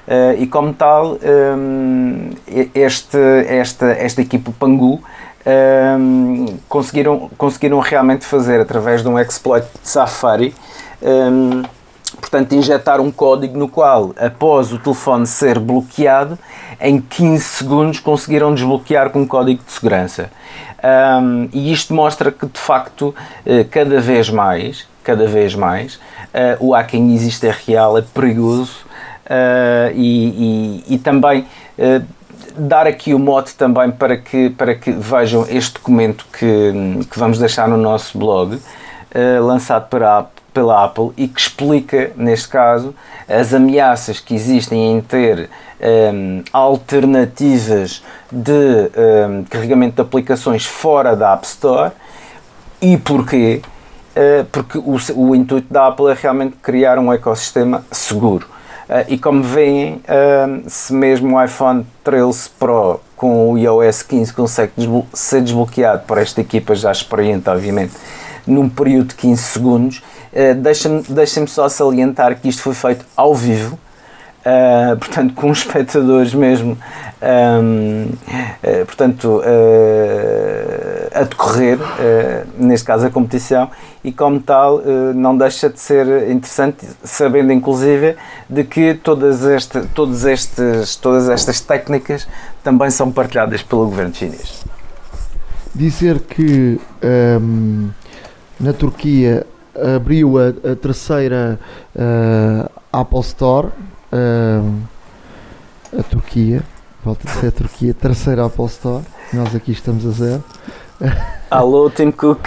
e como tal, um, este, esta, esta equipa Pangu um, conseguiram, conseguiram realmente fazer, através de um exploit de Safari, um, portanto, injetar um código no qual, após o telefone ser bloqueado, em quinze segundos conseguiram desbloquear com um código de segurança. Um, e isto mostra que, de facto, cada vez mais, cada vez mais, uh, o hacking existe, é real, é perigoso. Uh, e, e, e também uh, dar aqui o mote também para que, para que vejam este documento que, que vamos deixar no nosso blog, uh, lançado para, pela Apple, e que explica, neste caso, as ameaças que existem em ter um, alternativas de um, carregamento de aplicações fora da App Store. E porquê? Uh, porque o, o intuito da Apple é realmente criar um ecossistema seguro. Uh, e como veem, uh, se mesmo o iPhone treze Pro com o i O S quinze consegue desblo- ser desbloqueado por esta equipa já experiente, obviamente, num período de quinze segundos, uh, deixa-me, deixa-me só salientar que isto foi feito ao vivo, uh, portanto, com os espectadores mesmo, um, uh, portanto, uh, a decorrer, uh, neste caso a competição, e como tal uh, não deixa de ser interessante, sabendo inclusive de que todas, este, todas, estes, todas estas técnicas também são partilhadas pelo governo chinês. Dizer que um, na Turquia abriu a, a terceira uh, Apple Store, uh, a Turquia, volta a ser a Turquia, terceira Apple Store, nós aqui estamos a zero. Alô, Tim Cook.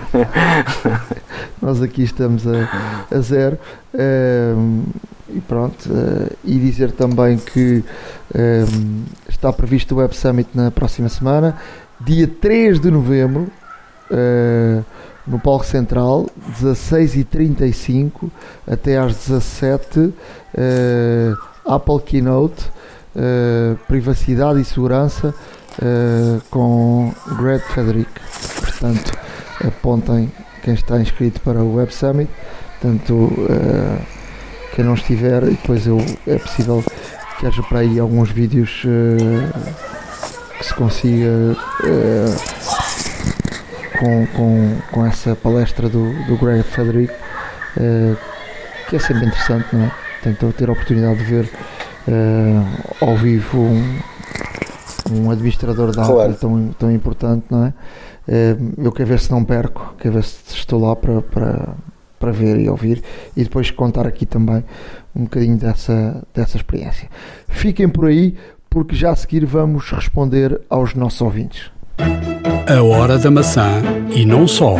Nós aqui estamos a, a zero. Um, e pronto, uh, e dizer também que um, está previsto o Web Summit na próxima semana, dia três de novembro, uh, no Palco Central, dezasseis e trinta e cinco até às dezassete, uh, Apple Keynote, uh, privacidade e segurança, uh, com Greg Frederick. Portanto, apontem quem está inscrito para o Web Summit. Portanto, uh, quem não estiver, e depois eu, é possível que haja para aí alguns vídeos uh, que se consiga uh, com, com, com essa palestra do, do Greg Frederick, uh, que é sempre interessante, não é? Tentou ter a oportunidade de ver uh, ao vivo um, um administrador da claro. Apple tão, tão importante, não é? Uh, eu quero ver se não perco, quero ver se estou lá para, para, para ver e ouvir, e depois contar aqui também um bocadinho dessa, dessa experiência. Fiquem por aí, porque já a seguir vamos responder aos nossos ouvintes. A Hora da Maçã e não só.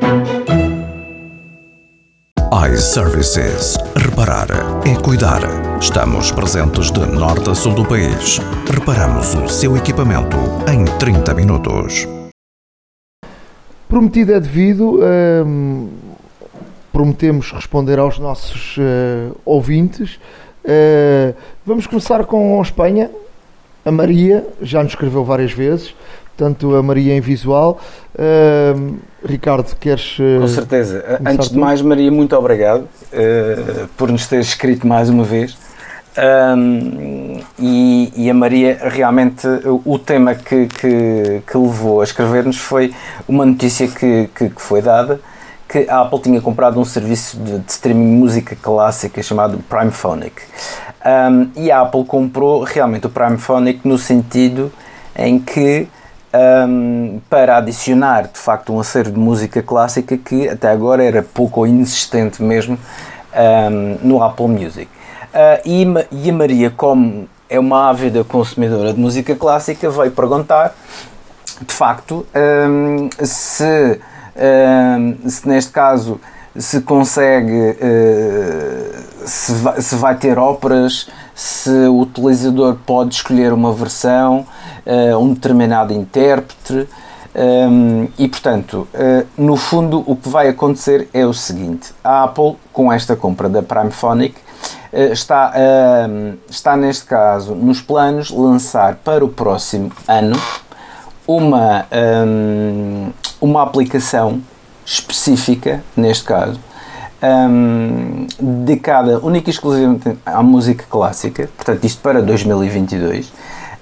iServices. Reparar é cuidar. Estamos presentes de norte a sul do país. Reparamos o seu equipamento em trinta minutos. Prometido é devido. Hum, prometemos responder aos nossos uh, ouvintes. Uh, vamos começar com a Espanha. A Maria já nos escreveu várias vezes. Portanto, a Maria em visual. Uh, Ricardo, queres... Uh, Com certeza. Antes de mais, Maria, muito obrigado uh, por nos ter escrito mais uma vez. Um, e, e a Maria, realmente, o, o tema que, que, que levou a escrever-nos foi uma notícia que, que, que foi dada, que a Apple tinha comprado um serviço de, de streaming de música clássica chamado Primephonic. Um, e a Apple comprou realmente o Primephonic no sentido em que Um, para adicionar de facto um acervo de música clássica que até agora era pouco ou inexistente mesmo um, no Apple Music. Uh, e, e a Maria, como é uma ávida consumidora de música clássica, veio perguntar de facto um, se, um, se neste caso se consegue, uh, se, vai, se vai ter óperas, se o utilizador pode escolher uma versão, uh, um determinado intérprete, um, e portanto, uh, no fundo o que vai acontecer é o seguinte: a Apple, com esta compra da Primephonic, uh, está, uh, está neste caso nos planos lançar para o próximo ano uma, um, uma aplicação específica, neste caso, um, dedicada única e exclusivamente à música clássica, portanto isto para dois mil e vinte e dois,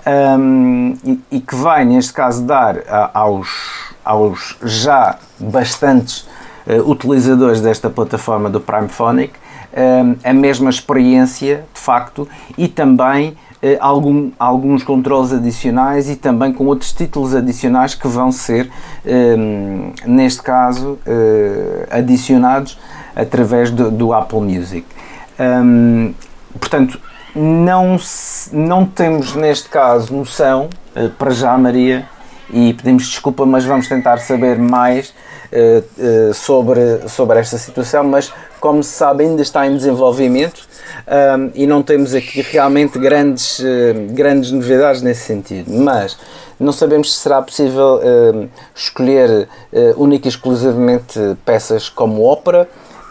um, e, e que vai neste caso dar a, aos, aos já bastantes uh, utilizadores desta plataforma do Primephonic um, a mesma experiência de facto, e também Uh, algum, alguns controles adicionais e também com outros títulos adicionais que vão ser, um, neste caso, uh, adicionados através do, do Apple Music. Um, portanto, não, não temos neste caso noção, uh, para já, Maria, e pedimos desculpa, mas vamos tentar saber mais uh, uh, sobre, sobre esta situação, mas como se sabe ainda está em desenvolvimento um, e não temos aqui realmente grandes, uh, grandes novidades nesse sentido, mas não sabemos se será possível uh, escolher uh, única e exclusivamente peças como ópera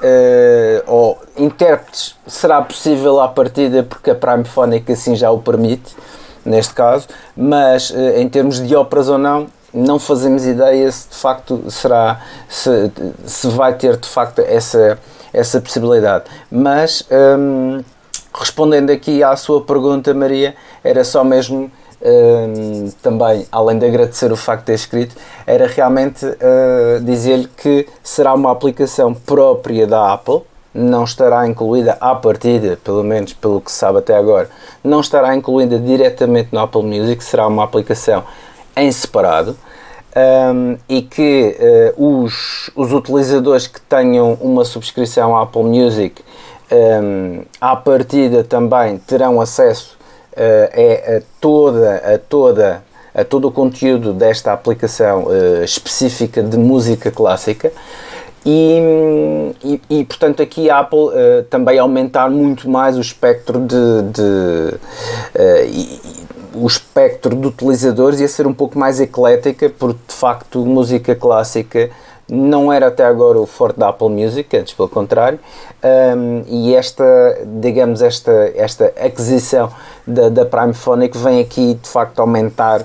uh, ou intérpretes, será possível à partida porque a Primephonic assim já o permite neste caso, mas uh, em termos de óperas ou não, não fazemos ideia se de facto será, se, se vai ter de facto essa, essa possibilidade. Mas, hum, respondendo aqui à sua pergunta, Maria, era só mesmo, hum, também, além de agradecer o facto de ter escrito, era realmente uh, dizer-lhe que será uma aplicação própria da Apple, não estará incluída à partida, pelo menos pelo que se sabe até agora, não estará incluída diretamente no Apple Music, será uma aplicação em separado, um, e que uh, os, os utilizadores que tenham uma subscrição à Apple Music um, à partida também terão acesso uh, a, a, toda, a, toda, a todo o conteúdo desta aplicação uh, específica de música clássica. E, e, e portanto aqui a Apple uh, também aumentar muito mais o espectro de, de uh, e, o espectro de utilizadores e a ser um pouco mais eclética, porque de facto música clássica não era até agora o forte da Apple Music, antes pelo contrário, um, e esta, digamos, esta, esta aquisição da, da Primephonic vem aqui de facto aumentar,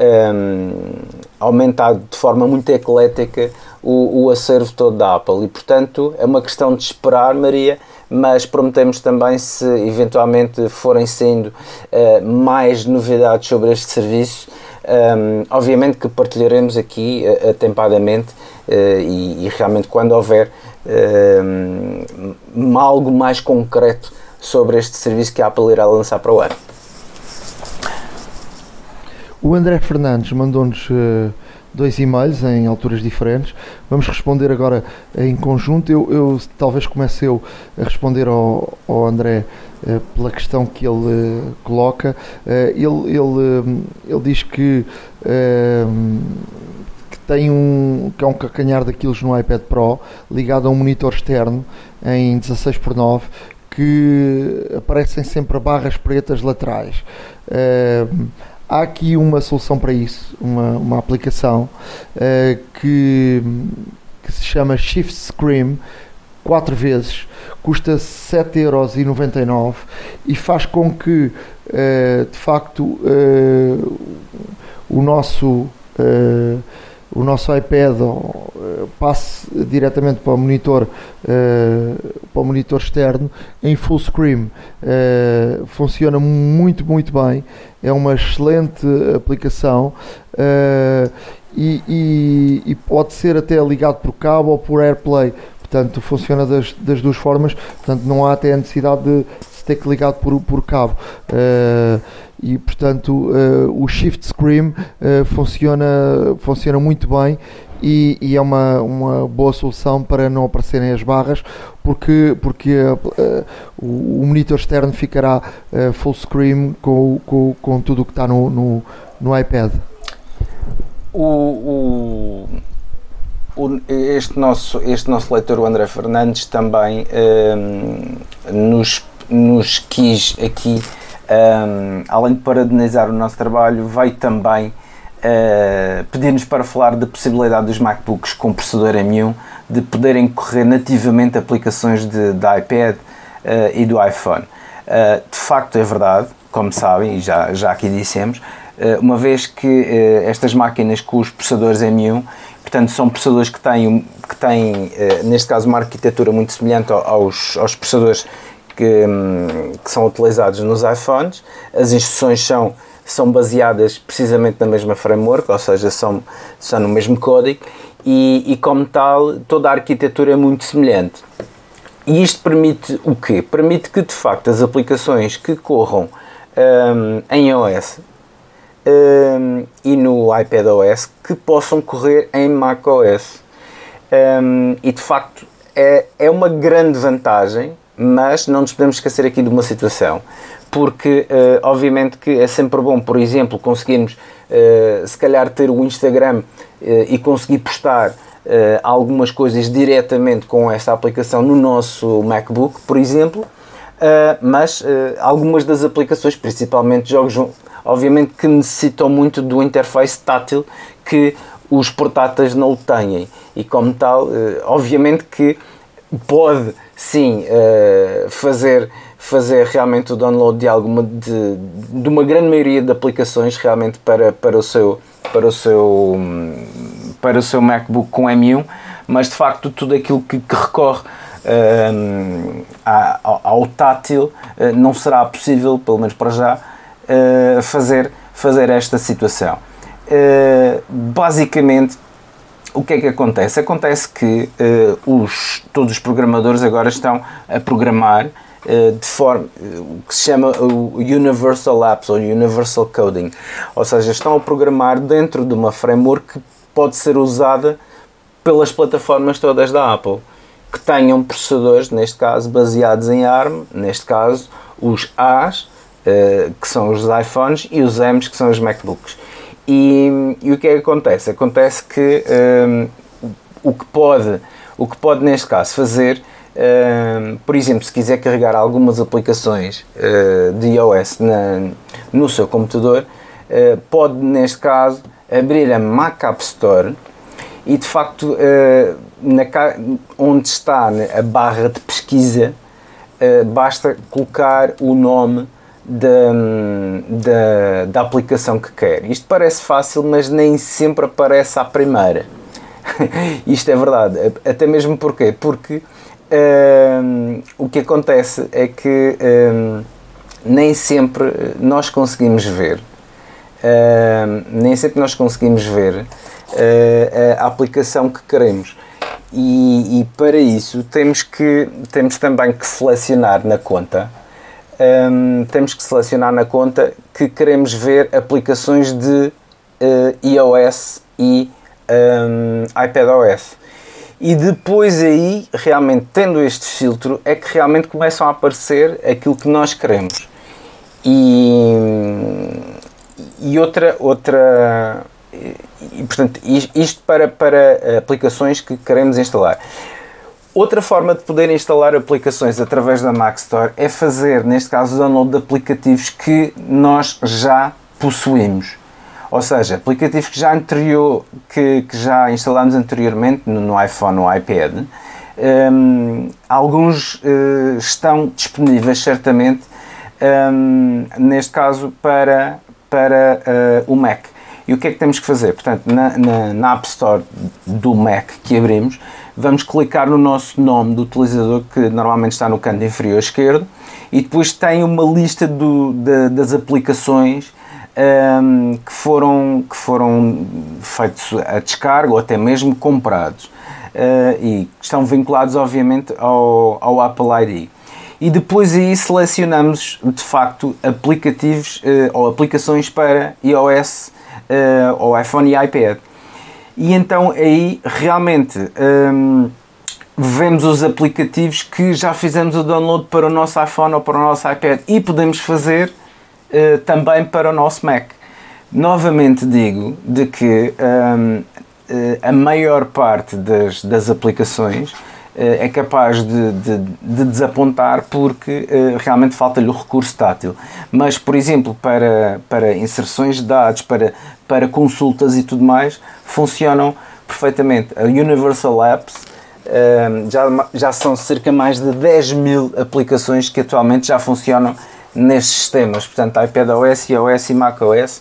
um, aumentar de forma muito eclética o, o acervo todo da Apple, e portanto é uma questão de esperar, Maria, mas prometemos também, se eventualmente forem saindo uh, mais novidades sobre este serviço, um, obviamente que partilharemos aqui uh, atempadamente uh, e, e realmente quando houver uh, algo mais concreto sobre este serviço que a Apple irá lançar para o ano. O André Fernandes mandou-nos uh, dois e-mails em alturas diferentes. Vamos responder agora em conjunto. Eu, eu talvez comece eu a responder ao, ao André uh, pela questão que ele uh, coloca. Uh, ele, ele, uh, ele diz que, uh, que tem um, que é um calcanhar daqueles no iPad Pro ligado a um monitor externo em dezasseis por nove que aparecem sempre barras pretas laterais. Uh, Há aqui uma solução para isso, uma, uma aplicação uh, que, que se chama Shift Screen, quatro vezes, custa sete euros e noventa e nove e faz com que, uh, de facto, uh, o nosso... Uh, o nosso iPad uh, passe diretamente para o monitor, uh, para o monitor externo em full screen. Uh, funciona muito, muito bem. É uma excelente aplicação uh, e, e, e pode ser até ligado por cabo ou por AirPlay. Portanto, funciona das, das duas formas. Portanto, não há até a necessidade de se ter que ligar por, por cabo. Uh, e portanto uh, o Shift Screen uh, funciona, funciona muito bem e, e é uma, uma boa solução para não aparecerem as barras, porque, porque uh, uh, o, o monitor externo ficará uh, full screen com, com, com tudo o que está no, no, no iPad. O, o, o, este, nosso, este nosso leitor, o André Fernandes, também um, nos, nos quis aqui, Um, além de parabenizar o nosso trabalho, veio também uh, pedir-nos para falar da possibilidade dos MacBooks com processador M um de poderem correr nativamente aplicações de, de iPad uh, e do iPhone. Uh, de facto é verdade, como sabem, e já, já aqui dissemos, uma vez que estas máquinas com os processadores M um, portanto, são processadores que têm, que têm neste caso, uma arquitetura muito semelhante aos, aos processadores que, que são utilizados nos iPhones. As instruções são, são baseadas precisamente na mesma framework, ou seja, são, são no mesmo código, e, e como tal, toda a arquitetura é muito semelhante. E isto permite o quê? Permite que, de facto, as aplicações que corram um, em iOS um, e no iPadOS, que possam correr em macOS. Um, e, de facto, é, é uma grande vantagem, mas não nos podemos esquecer aqui de uma situação, porque, uh, obviamente, que é sempre bom, por exemplo, conseguirmos, uh, se calhar, ter o Instagram uh, e conseguir postar Uh, algumas coisas diretamente com esta aplicação no nosso MacBook, por exemplo, uh, mas uh, algumas das aplicações, principalmente jogos, obviamente que necessitam muito do interface tátil que os portáteis não o têm, e como tal, uh, obviamente que pode sim uh, fazer, fazer realmente o download de, alguma, de, de uma grande maioria de aplicações realmente para, para o seu para o seu para o seu MacBook com M um, mas de facto tudo aquilo que, que recorre uh, ao, ao tátil uh, não será possível, pelo menos para já, uh, fazer, fazer esta situação. Uh, basicamente, o que é que acontece? Acontece que uh, os, todos os programadores agora estão a programar Uh, de forma, uh, o que se chama o Universal Apps ou Universal Coding, ou seja, estão a programar dentro de uma framework que pode ser usada pelas plataformas todas da Apple, que tenham processadores, neste caso, baseados em ARM, neste caso, os A's, uh, que são os iPhones, e os M's, que são os MacBooks. E, e o que é que acontece? Acontece que um, o, que pode, o que pode, neste caso, fazer Uh, por exemplo, se quiser carregar algumas aplicações uh, de iOS na, no seu computador, uh, pode, neste caso, abrir a Mac App Store e, de facto, uh, na, onde está a barra de pesquisa, uh, basta colocar o nome da, da, da aplicação que quer. Isto parece fácil, mas nem sempre aparece à primeira. Isto é verdade, até mesmo porquê? Porque Um, o que acontece é que um, nem sempre nós conseguimos ver um, nem sempre nós conseguimos ver uh, a aplicação que queremos, e, e para isso temos que temos também que selecionar na conta um, temos que selecionar na conta que queremos ver aplicações de uh, iOS e um, iPadOS. E depois aí, realmente, tendo este filtro, é que realmente começam a aparecer aquilo que nós queremos. E, e outra, outra e, portanto, isto para, para aplicações que queremos instalar. Outra forma de poder instalar aplicações através da Mac Store é fazer, neste caso, o download de aplicativos que nós já possuímos. Ou seja, aplicativos que já, anterior, que, que já instalámos anteriormente no, no iPhone ou iPad, um, alguns uh, estão disponíveis certamente, um, neste caso, para, para uh, o Mac. E o que é que temos que fazer? Portanto, na, na, na App Store do Mac que abrimos, vamos clicar no nosso nome do utilizador, que normalmente está no canto inferior esquerdo, e depois tem uma lista do, de, das aplicações Um, que foram, que foram feitos a descarga ou até mesmo comprados, uh, e estão vinculados obviamente ao, ao Apple I D. E depois aí selecionamos de facto aplicativos uh, ou aplicações para iOS, uh, ou iPhone e iPad. E então aí realmente um, vemos os aplicativos que já fizemos o download para o nosso iPhone ou para o nosso iPad, e podemos fazer Uh, também para o nosso Mac. Novamente digo de que um, uh, a maior parte das, das aplicações uh, é capaz de, de, de desapontar, porque uh, realmente falta-lhe o recurso tátil. Mas, por exemplo, para, para inserções de dados, para, para consultas e tudo mais, funcionam perfeitamente. A Universal Apps uh, já, já são cerca de mais de dez mil aplicações que atualmente já funcionam nestes sistemas, portanto iPadOS, iOS e macOS,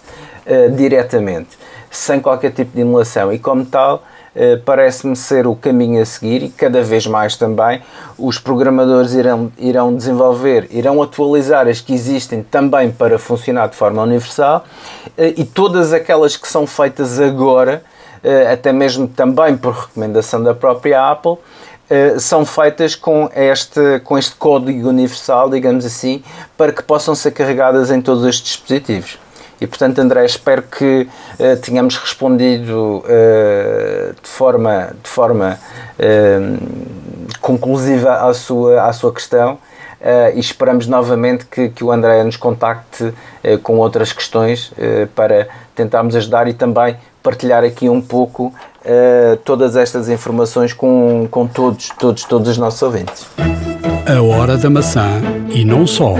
uh, diretamente, sem qualquer tipo de emulação, e como tal, Uh, parece-me ser o caminho a seguir, e cada vez mais também os programadores irão, irão desenvolver, irão atualizar as que existem também para funcionar de forma universal, uh, e todas aquelas que são feitas agora, uh, até mesmo também por recomendação da própria Apple, uh, são feitas com este, com este código universal, digamos assim, para que possam ser carregadas em todos os dispositivos. E, portanto, André, espero que uh, tenhamos respondido uh, de forma, de forma uh, conclusiva à sua, à sua questão, uh, e esperamos novamente que, que o André nos contacte uh, com outras questões uh, para tentarmos ajudar e também partilhar aqui um pouco uh, todas estas informações com, com todos, todos, todos os nossos ouvintes. A Hora da Maçã e não só.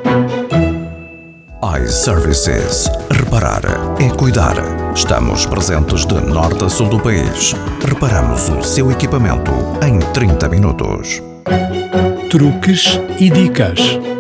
iServices. Reparar é cuidar. Estamos presentes de norte a sul do país. Reparamos o seu equipamento em trinta minutos. Truques e dicas.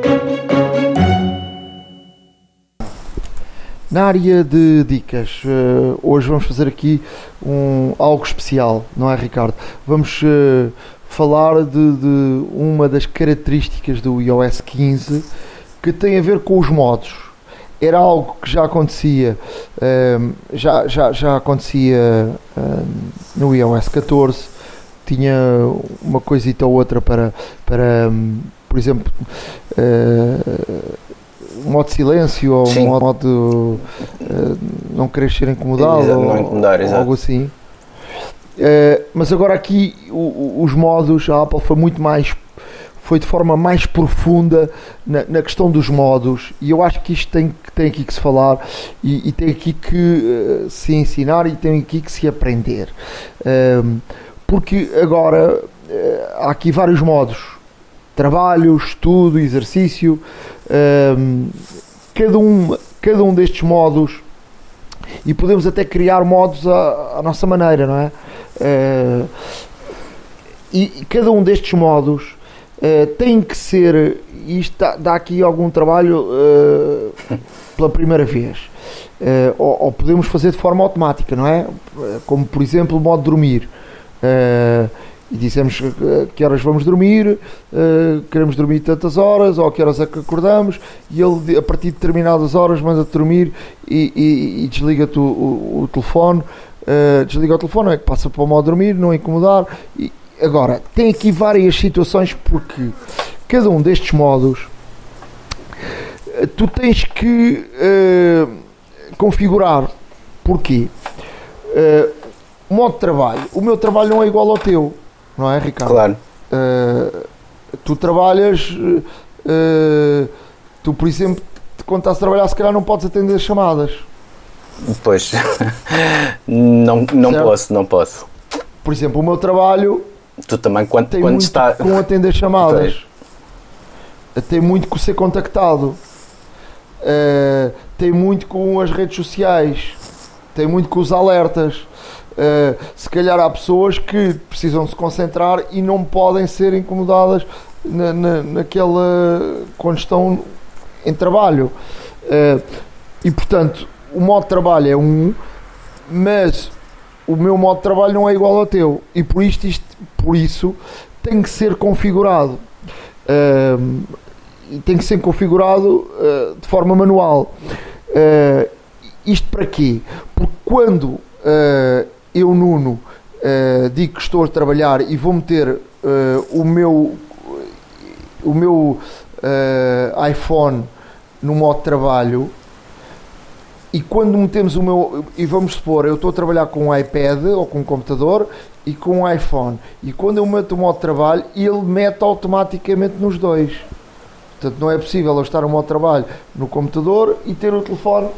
Na área de dicas, uh, hoje vamos fazer aqui um, algo especial, não é, Ricardo? Vamos uh, falar de, de uma das características do i O S quinze que tem a ver com os modos. Era algo que já acontecia, um, já, já, já acontecia um, no i O S catorze, tinha uma coisita ou outra para, para um, por exemplo, uh, modo silêncio ou Sim. modo uh, não querer ser incomodado, exato, ou, não incomodar, ou algo assim. Uh, mas agora aqui o, os modos, a Apple foi muito mais foi de forma mais profunda na, na questão dos modos, e eu acho que isto tem, tem aqui que se falar e, e tem aqui que uh, se ensinar e tem aqui que se aprender, um, porque agora uh, há aqui vários modos: trabalho, estudo, exercício, um, cada, um, cada um destes modos, e podemos até criar modos à, à nossa maneira, não é? Uh, e cada um destes modos Uh, tem que ser, e isto dá, dá aqui algum trabalho uh, pela primeira vez, uh, ou, ou podemos fazer de forma automática, não é? Uh, como por exemplo o modo dormir, uh, e dizemos uh, que horas vamos dormir, uh, queremos dormir tantas horas, ou que horas é que acordamos, e ele a partir de determinadas horas manda-te dormir e, e, e desliga-te o, o, o telefone, uh, desliga o telefone, é que passa para o modo dormir, não incomodar. E, agora, tem aqui várias situações, porque cada um destes modos tu tens que uh, configurar. Porquê? Uh, modo de trabalho. O meu trabalho não é igual ao teu, não é, Ricardo? Claro. Uh, tu trabalhas, uh, tu, por exemplo, quando estás a trabalhar, se calhar não podes atender chamadas. Pois, não, não posso, não posso. Por exemplo, o meu trabalho... Tu também, quando, tem quando muito está... com atender chamadas, tem muito com ser contactado, uh, tem muito com as redes sociais, tem muito com os alertas. Uh, se calhar há pessoas que precisam se concentrar e não podem ser incomodadas na, na, naquela, quando estão em trabalho. Uh, e portanto, o modo de trabalho é um, mas o meu modo de trabalho não é igual ao teu, e por, isto, isto, por isso tem que ser configurado, uh, e tem que ser configurado uh, de forma manual. Uh, isto para quê? Porque quando uh, eu, Nuno, uh, digo que estou a trabalhar e vou meter uh, o meu, o meu uh, iPhone no modo de trabalho, e quando metemos o meu, e vamos supor, eu estou a trabalhar com um iPad ou com um computador e com um iPhone, e quando eu meto o modo de trabalho, ele mete automaticamente nos dois. Portanto, não é possível eu estar no modo de trabalho no computador e ter o telefone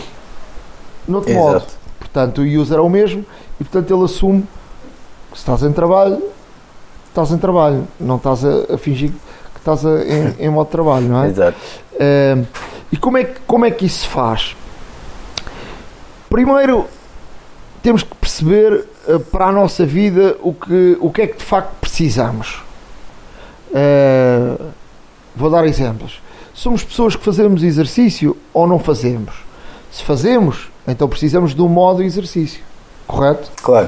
no outro Exato. modo. Portanto, o user é o mesmo, e portanto ele assume que se estás em trabalho, estás em trabalho, não estás a, a fingir que estás a, em, em modo de trabalho, não é? Exato. Uh, e como é, que, como é que isso se faz? Primeiro, temos que perceber uh, para a nossa vida o que, o que é que de facto precisamos. Uh, vou dar exemplos. Somos pessoas que fazemos exercício ou não fazemos? Se fazemos, então precisamos de um modo exercício, correto? Claro.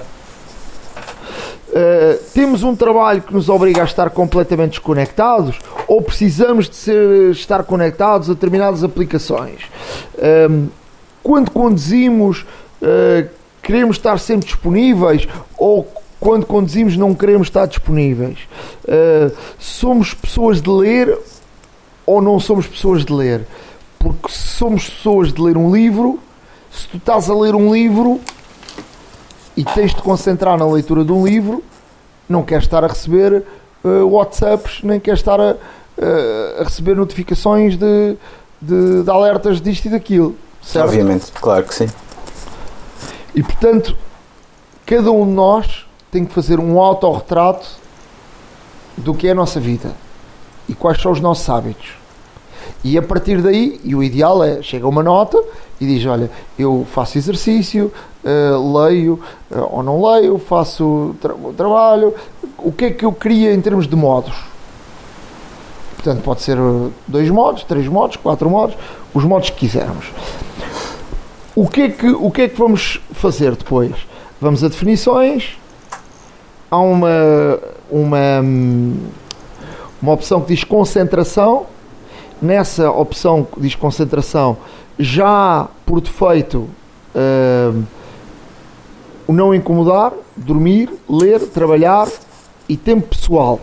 Uh, temos um trabalho que nos obriga a estar completamente desconectados ou precisamos de ser, estar conectados a determinadas aplicações? Um, quando conduzimos, uh, queremos estar sempre disponíveis ou quando conduzimos não queremos estar disponíveis? Uh, somos pessoas de ler ou não somos pessoas de ler? Porque se somos pessoas de ler um livro, se tu estás a ler um livro e tens de concentrar na leitura de um livro, não queres estar a receber uh, WhatsApps, nem queres estar a, uh, a receber notificações de, de, de alertas disto e daquilo, certo? Obviamente, claro que sim. E portanto, cada um de nós tem que fazer um autorretrato do que é a nossa vida e quais são os nossos hábitos. E a partir daí, e o ideal é, chega uma nota e diz, olha, eu faço exercício, uh, leio uh, ou não leio, faço tra- trabalho, o que é que eu queria em termos de modos? Portanto, pode ser dois modos, três modos, quatro modos, os modos que quisermos. O que é que, o que, é que vamos fazer depois? Vamos a definições, há uma, uma, uma opção que diz concentração. Nessa opção que diz concentração, já há por defeito uh, o não incomodar, dormir, ler, trabalhar e tempo pessoal.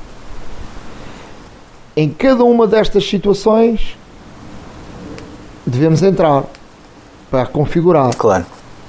Em cada uma destas situações devemos entrar para configurar. Claro.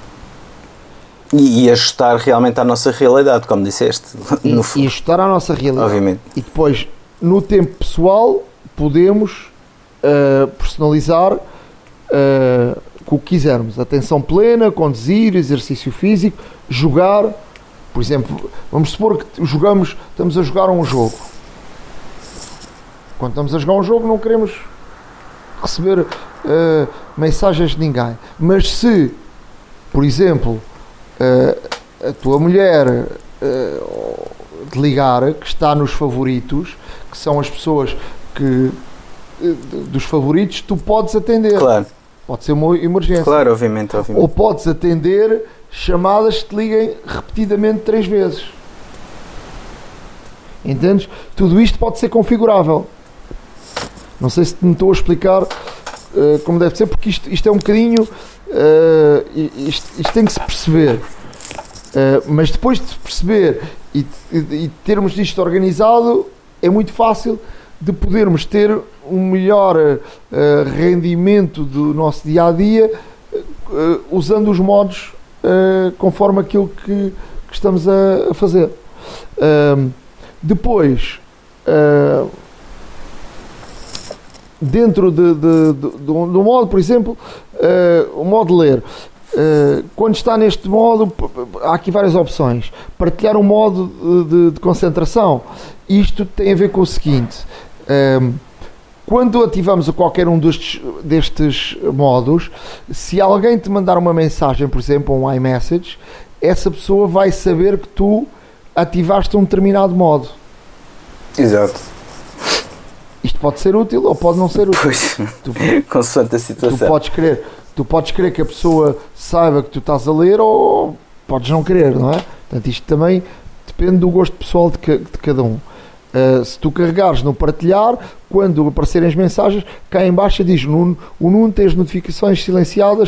E, e ajustar realmente à nossa realidade, como disseste. E, no e ajustar à nossa realidade. Obviamente. E depois, no tempo pessoal, podemos uh, personalizar uh, o que quisermos. Atenção plena, conduzir, exercício físico, jogar. Por exemplo, vamos supor que jogamos, estamos a jogar um jogo. Quando estamos a jogar um jogo não queremos receber uh, mensagens de ninguém. Mas se, por exemplo, uh, a tua mulher uh, te ligar, que está nos favoritos, que são as pessoas que dos favoritos, tu podes atender. Claro. Pode ser uma emergência. Claro, obviamente, obviamente. Ou podes atender chamadas que te liguem repetidamente três vezes. Entendes? Tudo isto pode ser configurável. Não sei se me estou a explicar uh, como deve ser, porque isto, isto é um bocadinho uh, isto, isto tem que se perceber. Uh, mas depois de perceber e, e, e termos isto organizado, é muito fácil de podermos ter um melhor uh, rendimento do nosso dia-a-dia uh, usando os modos uh, conforme aquilo que, que estamos a, a fazer. Uh, depois, uh, dentro de, de, de, de, um, de um modo, por exemplo, uh, o modo de ler. Uh, quando está neste modo, há aqui várias opções. Partilhar um modo de, de, de concentração. Isto tem a ver com o seguinte: um, quando ativamos qualquer um destes, destes modos, se alguém te mandar uma mensagem, por exemplo, um iMessage, essa pessoa vai saber que tu ativaste um determinado modo. Exato. Isto pode ser útil ou pode não ser útil. Pois, tu, consoante a situação. Tu podes querer, tu podes querer que a pessoa saiba que tu estás a ler ou podes não querer, não é? Portanto, isto também depende do gosto pessoal de, ca, de cada um. Uh, se tu carregares no partilhar, quando aparecerem as mensagens, cá em baixo diz Nuno, o Nuno tem as notificações silenciadas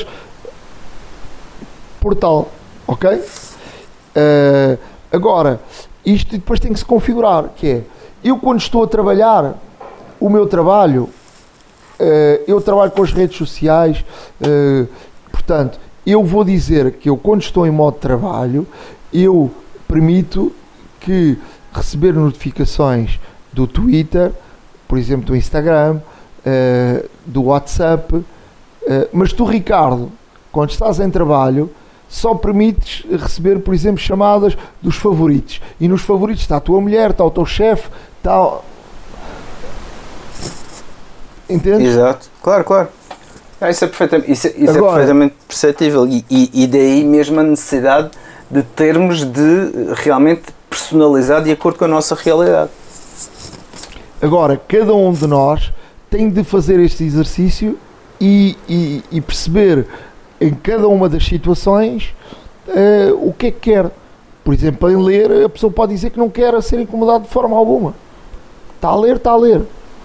por tal, ok? Uh, agora, isto depois tem que se configurar, que é, eu quando estou a trabalhar o meu trabalho, uh, eu trabalho com as redes sociais, uh, portanto, eu vou dizer que eu quando estou em modo de trabalho, eu permito que receber notificações do Twitter, por exemplo, do Instagram, uh, do WhatsApp, uh, mas tu, Ricardo, quando estás em trabalho, só permites receber, por exemplo, chamadas dos favoritos. E nos favoritos está a tua mulher, está o teu chefe, está... Entendes? Exato, claro, claro. Ah, isso é perfeitamente, isso, isso Agora, é perfeitamente perceptível e, e, e daí mesmo a necessidade de termos de realmente personalizar de acordo com a nossa realidade. Agora, cada um de nós tem de fazer este exercício e, e, e perceber em cada uma das situações uh, o que é que quer. Por exemplo, em ler, a pessoa pode dizer que não quer ser incomodado de forma alguma. Está a ler, está a ler.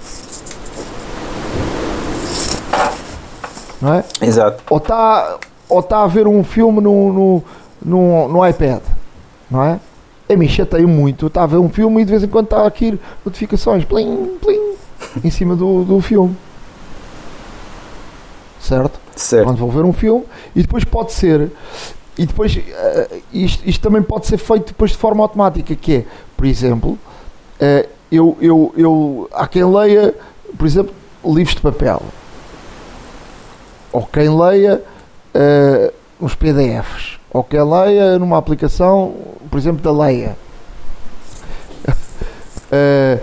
Não é? Exato. Ou está, ou está a ver um filme no, no, no, no iPad, não é? A mim chateia muito, está a ver um filme e de vez em quando está aqui notificações, plim, plim, em cima do, do filme. Certo? Certo. Quando vou ver um filme, e depois pode ser, e depois uh, isto, isto também pode ser feito depois de forma automática, que é, por exemplo, uh, eu, eu, eu, há quem leia, por exemplo, livros de papel. Ou quem leia uh, uns P D Fs, ou quem leia numa aplicação, por exemplo, da Leia. uh,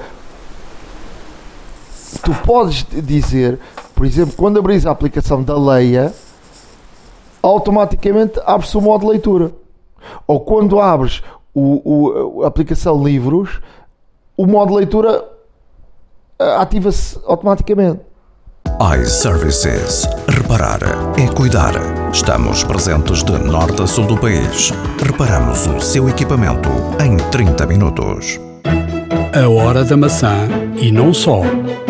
tu podes dizer, por exemplo, quando abris a aplicação da Leia, automaticamente abre-se o modo de leitura. Ou quando abres o, o, a aplicação Livros, o modo de leitura uh, ativa-se automaticamente. iServices. Reparar é cuidar. Estamos presentes de norte a sul do país. Reparamos o seu equipamento em trinta minutos. A Hora da Maçã e não só.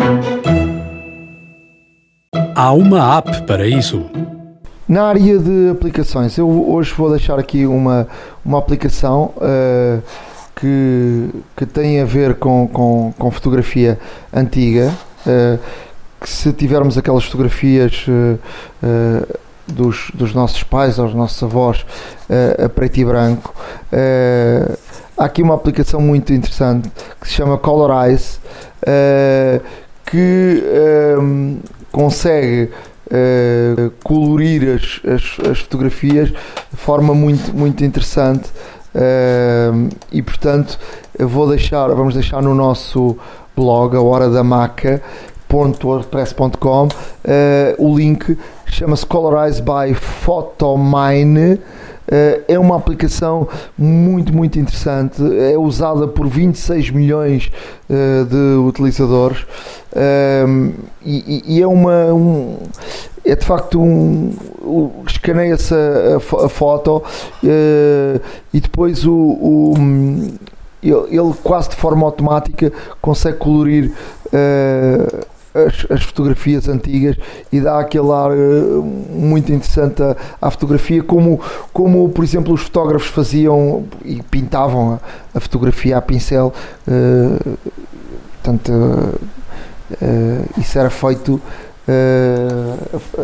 Há uma app para isso. Na área de aplicações, eu hoje vou deixar aqui uma, uma aplicação uh, que, que tem a ver com, com, com fotografia antiga. Uh, que se tivermos aquelas fotografias uh, uh, dos, dos nossos pais ou dos nossos avós uh, a preto e branco, uh, há aqui uma aplicação muito interessante que se chama Colorize, uh, que um, consegue uh, colorir as, as, as fotografias de forma muito, muito interessante, uh, e portanto eu vou deixar, vamos deixar no nosso blog, a hora da maca ponto wordpress ponto com, uh, o link, chama-se Colorize by Photomine. Uh, é uma aplicação muito, muito interessante, é usada por vinte e seis milhões uh, de utilizadores, uh, e, e é uma um, é de facto um, um escaneia-se a, a, a foto, uh, e depois o, o ele, ele quase de forma automática consegue colorir uh, As, as fotografias antigas e dá aquele ar uh, muito interessante à, à fotografia, como, como por exemplo os fotógrafos faziam e pintavam a, a fotografia a pincel, uh, portanto uh, uh, isso era feito, uh, uh,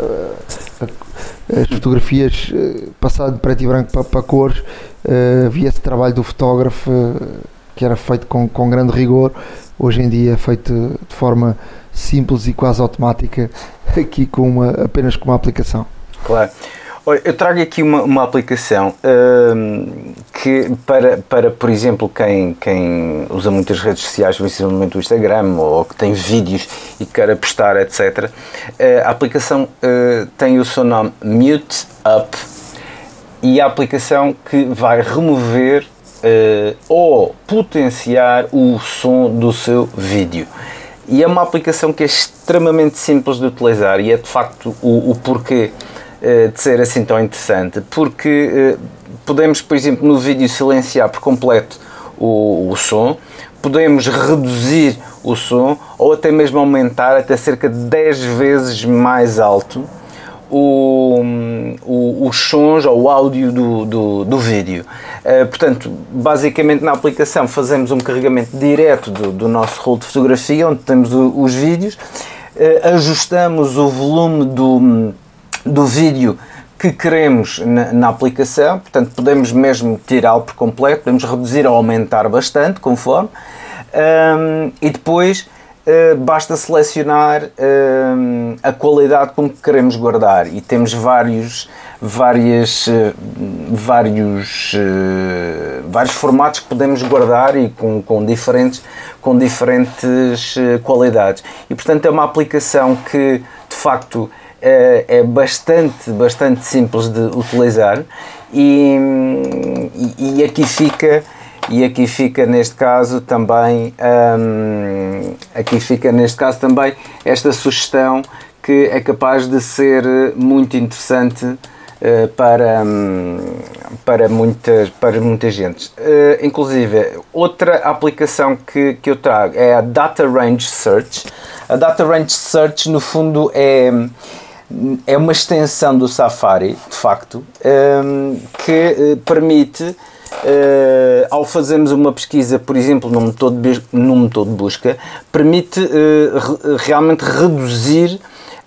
uh, as fotografias uh, passadas de preto e branco para, para cores, uh, havia esse trabalho do fotógrafo uh, que era feito com, com grande rigor. Hoje em dia é feito de forma simples e quase automática, aqui com uma, apenas com uma aplicação. Claro. Olha, eu trago aqui uma, uma aplicação hum, que para, para, por exemplo, quem, quem usa muitas redes sociais, principalmente o Instagram, ou que tem vídeos e quer postar, etcétera. A aplicação uh, tem o seu nome Mute Up, e a aplicação que vai remover uh, ou potenciar o som do seu vídeo. E é uma aplicação que é extremamente simples de utilizar, e é de facto o, o porquê uh, de ser assim tão interessante, porque uh, podemos, por exemplo, no vídeo silenciar por completo o, o som, podemos reduzir o som ou até mesmo aumentar até cerca de dez vezes mais alto o, o, os sons ou o áudio do, do, do vídeo. Uh, portanto, basicamente na aplicação fazemos um carregamento direto do, do nosso rolo de fotografia, onde temos o, os vídeos, uh, ajustamos o volume do, do vídeo que queremos na, na aplicação, portanto podemos mesmo tirá-lo por completo, podemos reduzir ou aumentar bastante, conforme, um, e depois Uh, basta selecionar uh, a qualidade com que queremos guardar, e temos vários, várias, uh, vários, uh, vários formatos que podemos guardar e com, com diferentes, com diferentes uh, qualidades. E portanto é uma aplicação que de facto uh, é bastante, bastante simples de utilizar, e, e, e aqui fica E aqui fica neste caso também, hum, aqui fica neste caso também esta sugestão que é capaz de ser muito interessante uh, para, um, para, muitas, para muita gente. Uh, inclusive, outra aplicação que, que eu trago é a Data Range Search. A Data Range Search, no fundo, é, é uma extensão do Safari, de facto, um, que uh, permite... Uh, ao fazermos uma pesquisa, por exemplo, num motor de, num motor de busca, permite uh, re, realmente reduzir,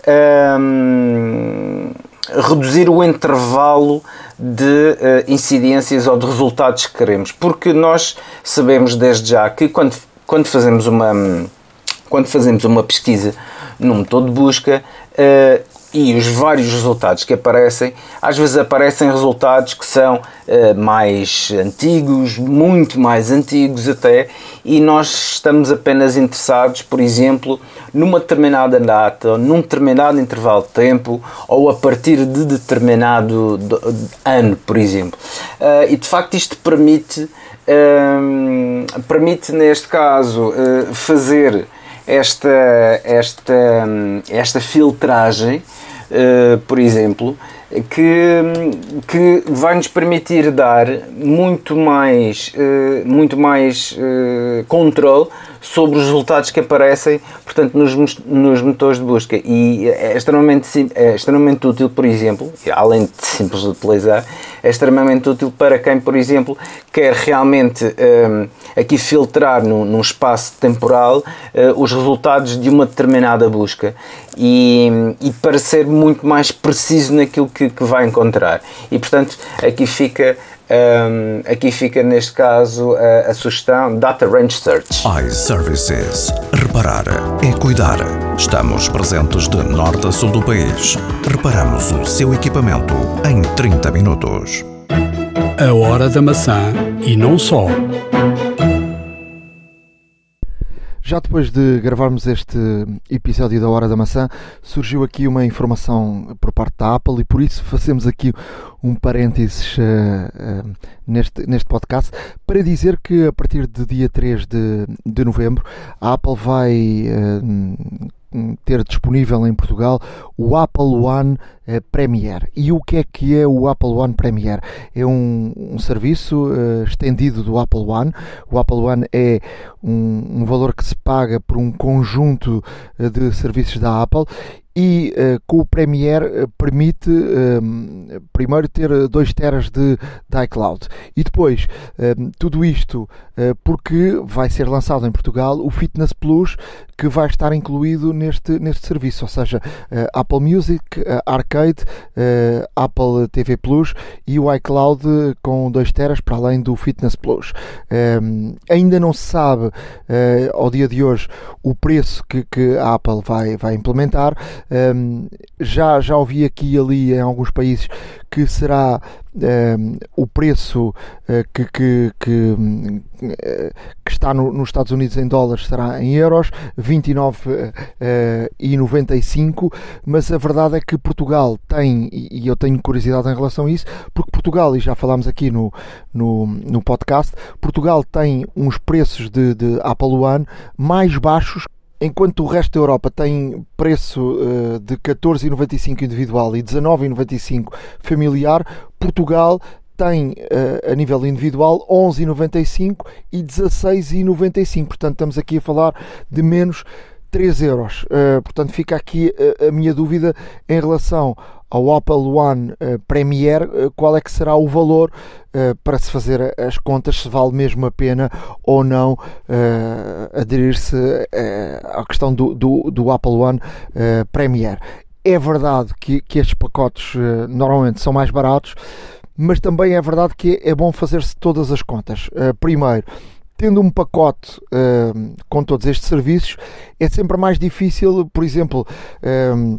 um, reduzir o intervalo de uh, incidências ou de resultados que queremos, porque nós sabemos desde já que quando, quando, fazemos, uma, quando fazemos uma pesquisa num motor de busca, uh, e os vários resultados que aparecem, às vezes aparecem resultados que são uh, mais antigos, muito mais antigos até, e nós estamos apenas interessados, por exemplo, numa determinada data, num determinado intervalo de tempo, ou a partir de determinado ano, por exemplo. Uh, e de facto isto permite, uh, permite neste caso, uh, fazer esta, esta, esta filtragem, uh, por exemplo, que, que vai nos permitir dar muito mais, uh, muito mais uh, controle sobre os resultados que aparecem, portanto, nos, nos motores de busca, e é extremamente, é extremamente útil, por exemplo, além de simples de utilizar, é extremamente útil para quem, por exemplo, quer realmente um, aqui filtrar no, num espaço temporal uh, os resultados de uma determinada busca, e, e para ser muito mais preciso naquilo que, que vai encontrar. E, portanto, aqui fica Um, aqui fica neste caso a, a sugestão Data Range Search. iServices. Reparar é cuidar. Estamos presentes de norte a sul do país. Reparamos o seu equipamento em trinta minutos. A hora da maçã e não só. Já depois de gravarmos este episódio da Hora da Maçã, surgiu aqui uma informação por parte da Apple, e por isso fazemos aqui um parênteses uh, uh, neste, neste podcast, para dizer que a partir do dia três de, de novembro a Apple vai uh, ter disponível em Portugal o Apple One uh, Premier. E o que é que é o Apple One Premier? É um, um serviço uh, estendido do Apple One. O Apple One é um, um valor que se paga por um conjunto uh, de serviços da Apple, e uh, com o Premier uh, permite uh, primeiro ter dois teras de, de iCloud, e depois uh, tudo isto uh, porque vai ser lançado em Portugal o Fitness Plus, que vai estar incluído neste, neste serviço, ou seja, uh, Apple Music, uh, Arcade, uh, Apple T V Plus e o iCloud uh, com dois teras para além do Fitness Plus. Um, ainda não se sabe uh, ao dia de hoje o preço que, que a Apple vai, vai implementar. Um, já, já ouvi aqui e ali em alguns países que será um, o preço uh, que, que, que, uh, que está no, nos Estados Unidos em dólares será em euros, vinte e nove vírgula noventa e cinco, uh, mas a verdade é que Portugal tem, e, e eu tenho curiosidade em relação a isso, porque Portugal, e já falámos aqui no, no, no podcast, Portugal tem uns preços de, de Apple One mais baixos, enquanto o resto da Europa tem preço uh, de catorze vírgula noventa e cinco individual e dezenove vírgula noventa e cinco familiar, Portugal tem uh, a nível individual onze vírgula noventa e cinco e dezasseis vírgula noventa e cinco, portanto estamos aqui a falar de menos três euros. Uh, portanto fica aqui a, a minha dúvida em relação ao Apple One uh, Premier, uh, qual é que será o valor uh, para se fazer as contas, se vale mesmo a pena ou não uh, aderir-se uh, à questão do, do, do Apple One uh, Premier. É verdade que, que estes pacotes uh, normalmente são mais baratos, mas também é verdade que é bom fazer-se todas as contas. Uh, primeiro, tendo um pacote uh, com todos estes serviços, é sempre mais difícil, por exemplo, uh,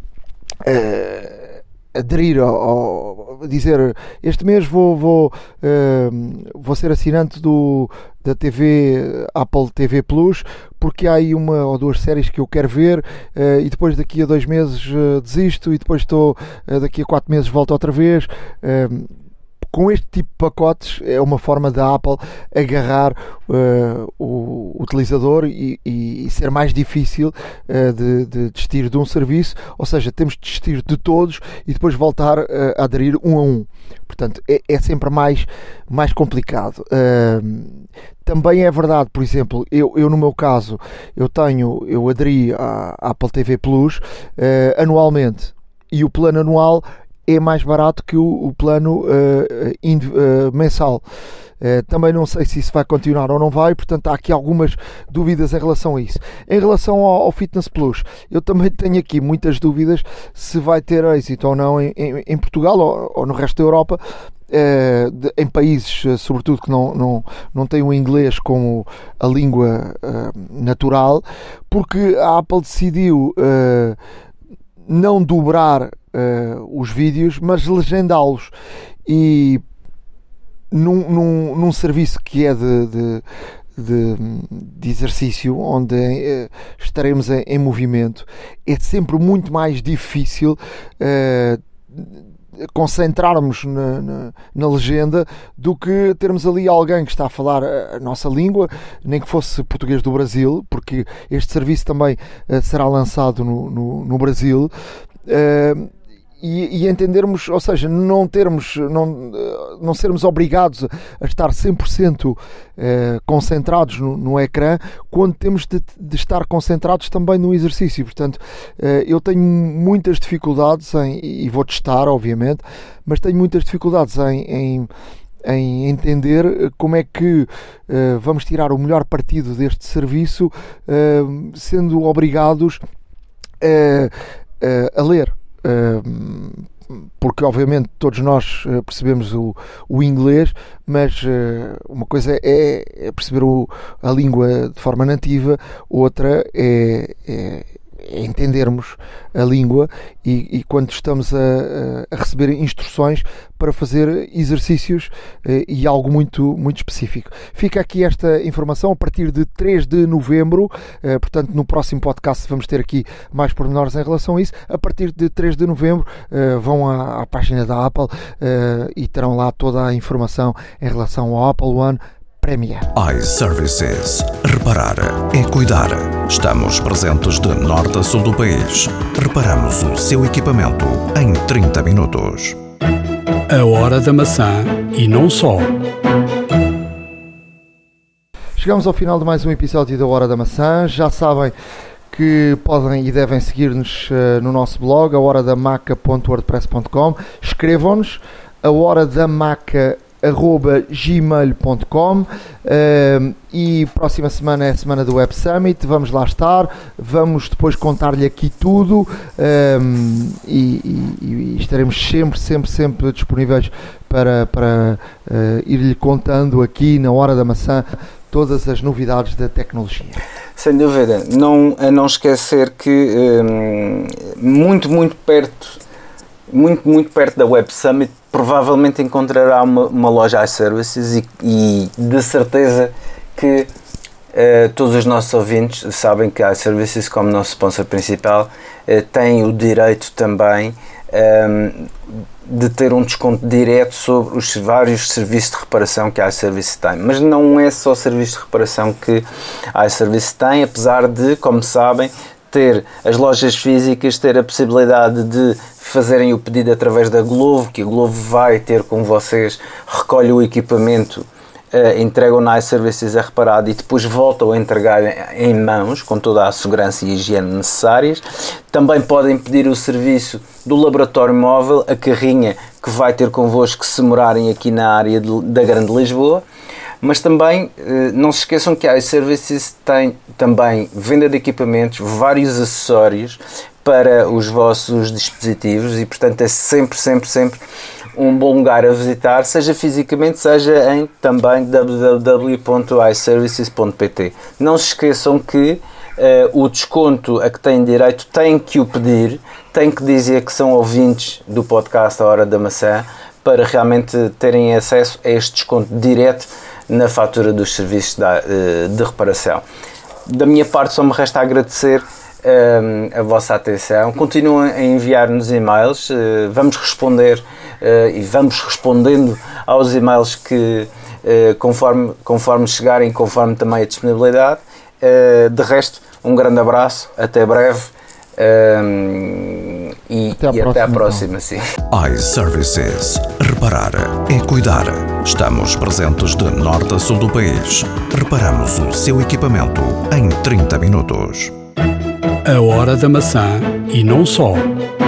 uh, aderir ao, ao dizer este mês vou, vou, uh, vou ser assinante do, da T V Apple T V Plus, porque há aí uma ou duas séries que eu quero ver, uh, e depois daqui a dois meses uh, desisto, e depois estou uh, daqui a quatro meses volto outra vez. Uh, com este tipo de pacotes é uma forma da Apple agarrar uh, o utilizador e, e, e ser mais difícil uh, de, de desistir de um serviço, ou seja, temos de desistir de todos e depois voltar uh, a aderir um a um. Portanto, é, é sempre mais, mais complicado. Uh, também é verdade, por exemplo, eu, eu no meu caso, eu tenho, eu aderi à Apple T V Plus uh, anualmente, e o plano anual é mais barato que o, o plano uh, ind, uh, mensal. Uh, também não sei se isso vai continuar ou não vai, portanto há aqui algumas dúvidas em relação a isso. Em relação ao, ao Fitness Plus, eu também tenho aqui muitas dúvidas se vai ter êxito ou não em, em, em Portugal ou, ou no resto da Europa, uh, de, em países, uh, sobretudo, que não, não, não têm o inglês como a língua uh, natural, porque a Apple decidiu uh, não dobrar uh, os vídeos, mas legendá-los. E num, num, num serviço que é de, de, de, de exercício, onde uh, estaremos em, em movimento, é sempre muito mais difícil uh, concentrarmos na, na, na legenda do que termos ali alguém que está a falar a, a nossa língua, nem que fosse português do Brasil, porque este serviço também uh, será lançado no, no, no Brasil. Uh, E, e entendermos, ou seja, não termos, não, não sermos obrigados a estar cem por cento eh, concentrados no, no ecrã, quando temos de, de estar concentrados também no exercício. Portanto, eh, eu tenho muitas dificuldades em, e vou testar, obviamente, mas tenho muitas dificuldades em, em em entender como é que uh, vamos tirar o melhor partido deste serviço, uh, sendo obrigados uh, uh, a ler. Uh, porque obviamente todos nós uh, percebemos o, o inglês, mas uh, uma coisa é, é perceber o, a língua de forma nativa, outra é, é, é entendermos a língua e, e quando estamos a, a receber instruções para fazer exercícios uh, e algo muito, muito específico. Fica aqui esta informação a partir de três de novembro, uh, portanto no próximo podcast vamos ter aqui mais pormenores em relação a isso. A partir de três de novembro uh, vão à, à página da Apple uh, e terão lá toda a informação em relação ao Apple One Premier. iServices. Reparar é cuidar. Estamos presentes de norte a sul do país. Reparamos o seu equipamento em trinta minutos. A Hora da Maçã e não só. Chegamos ao final de mais um episódio da Hora da Maçã. Já sabem que podem e devem seguir-nos uh, no nosso blog, a hora da maca ponto wordpress ponto com. Escrevam-nos a hora da maca arroba gmail ponto com. Uh, e próxima semana é a semana do Web Summit, vamos lá estar, vamos depois contar-lhe aqui tudo, um, e, e, e estaremos sempre, sempre, sempre disponíveis para, para uh, ir-lhe contando aqui na Hora da Maçã todas as novidades da tecnologia. Sem dúvida, não, a não esquecer que um, muito, muito perto muito, muito perto da Web Summit provavelmente encontrará uma, uma loja iServices e, e de certeza que uh, todos os nossos ouvintes sabem que a iServices, como nosso sponsor principal, uh, tem o direito também um, de ter um desconto direto sobre os vários serviços de reparação que a iServices tem. Mas não é só serviços de reparação que a iServices tem, apesar de, como sabem, ter as lojas físicas, ter a possibilidade de fazerem o pedido através da Glovo, que a Glovo vai ter com vocês, recolhe o equipamento, uh, entregam na iServices a reparado e depois voltam a entregar em mãos, com toda a segurança e higiene necessárias. Também podem pedir o serviço do laboratório móvel, a carrinha que vai ter convosco se morarem aqui na área de, da Grande Lisboa. Mas também não se esqueçam que a iServices tem também venda de equipamentos, vários acessórios para os vossos dispositivos e, portanto, é sempre, sempre, sempre um bom lugar a visitar, seja fisicamente, seja em também w w w ponto i services ponto p t. Não se esqueçam que uh, o desconto a que têm direito têm que o pedir, têm que dizer que são ouvintes do podcast A Hora da Maçã para realmente terem acesso a este desconto direto na fatura dos serviços de, de reparação. Da minha parte só me resta agradecer uh, a vossa atenção. Continuem a enviar-nos e-mails, uh, vamos responder uh, e vamos respondendo aos e-mails que uh, conforme, conforme chegarem, conforme também a disponibilidade. Uh, de resto, um grande abraço, até breve. Um, e até, e até à próxima, sim. iServices. Reparar é cuidar. Estamos presentes de norte a sul do país. Reparamos o seu equipamento em trinta minutos. A hora da maçã e não só.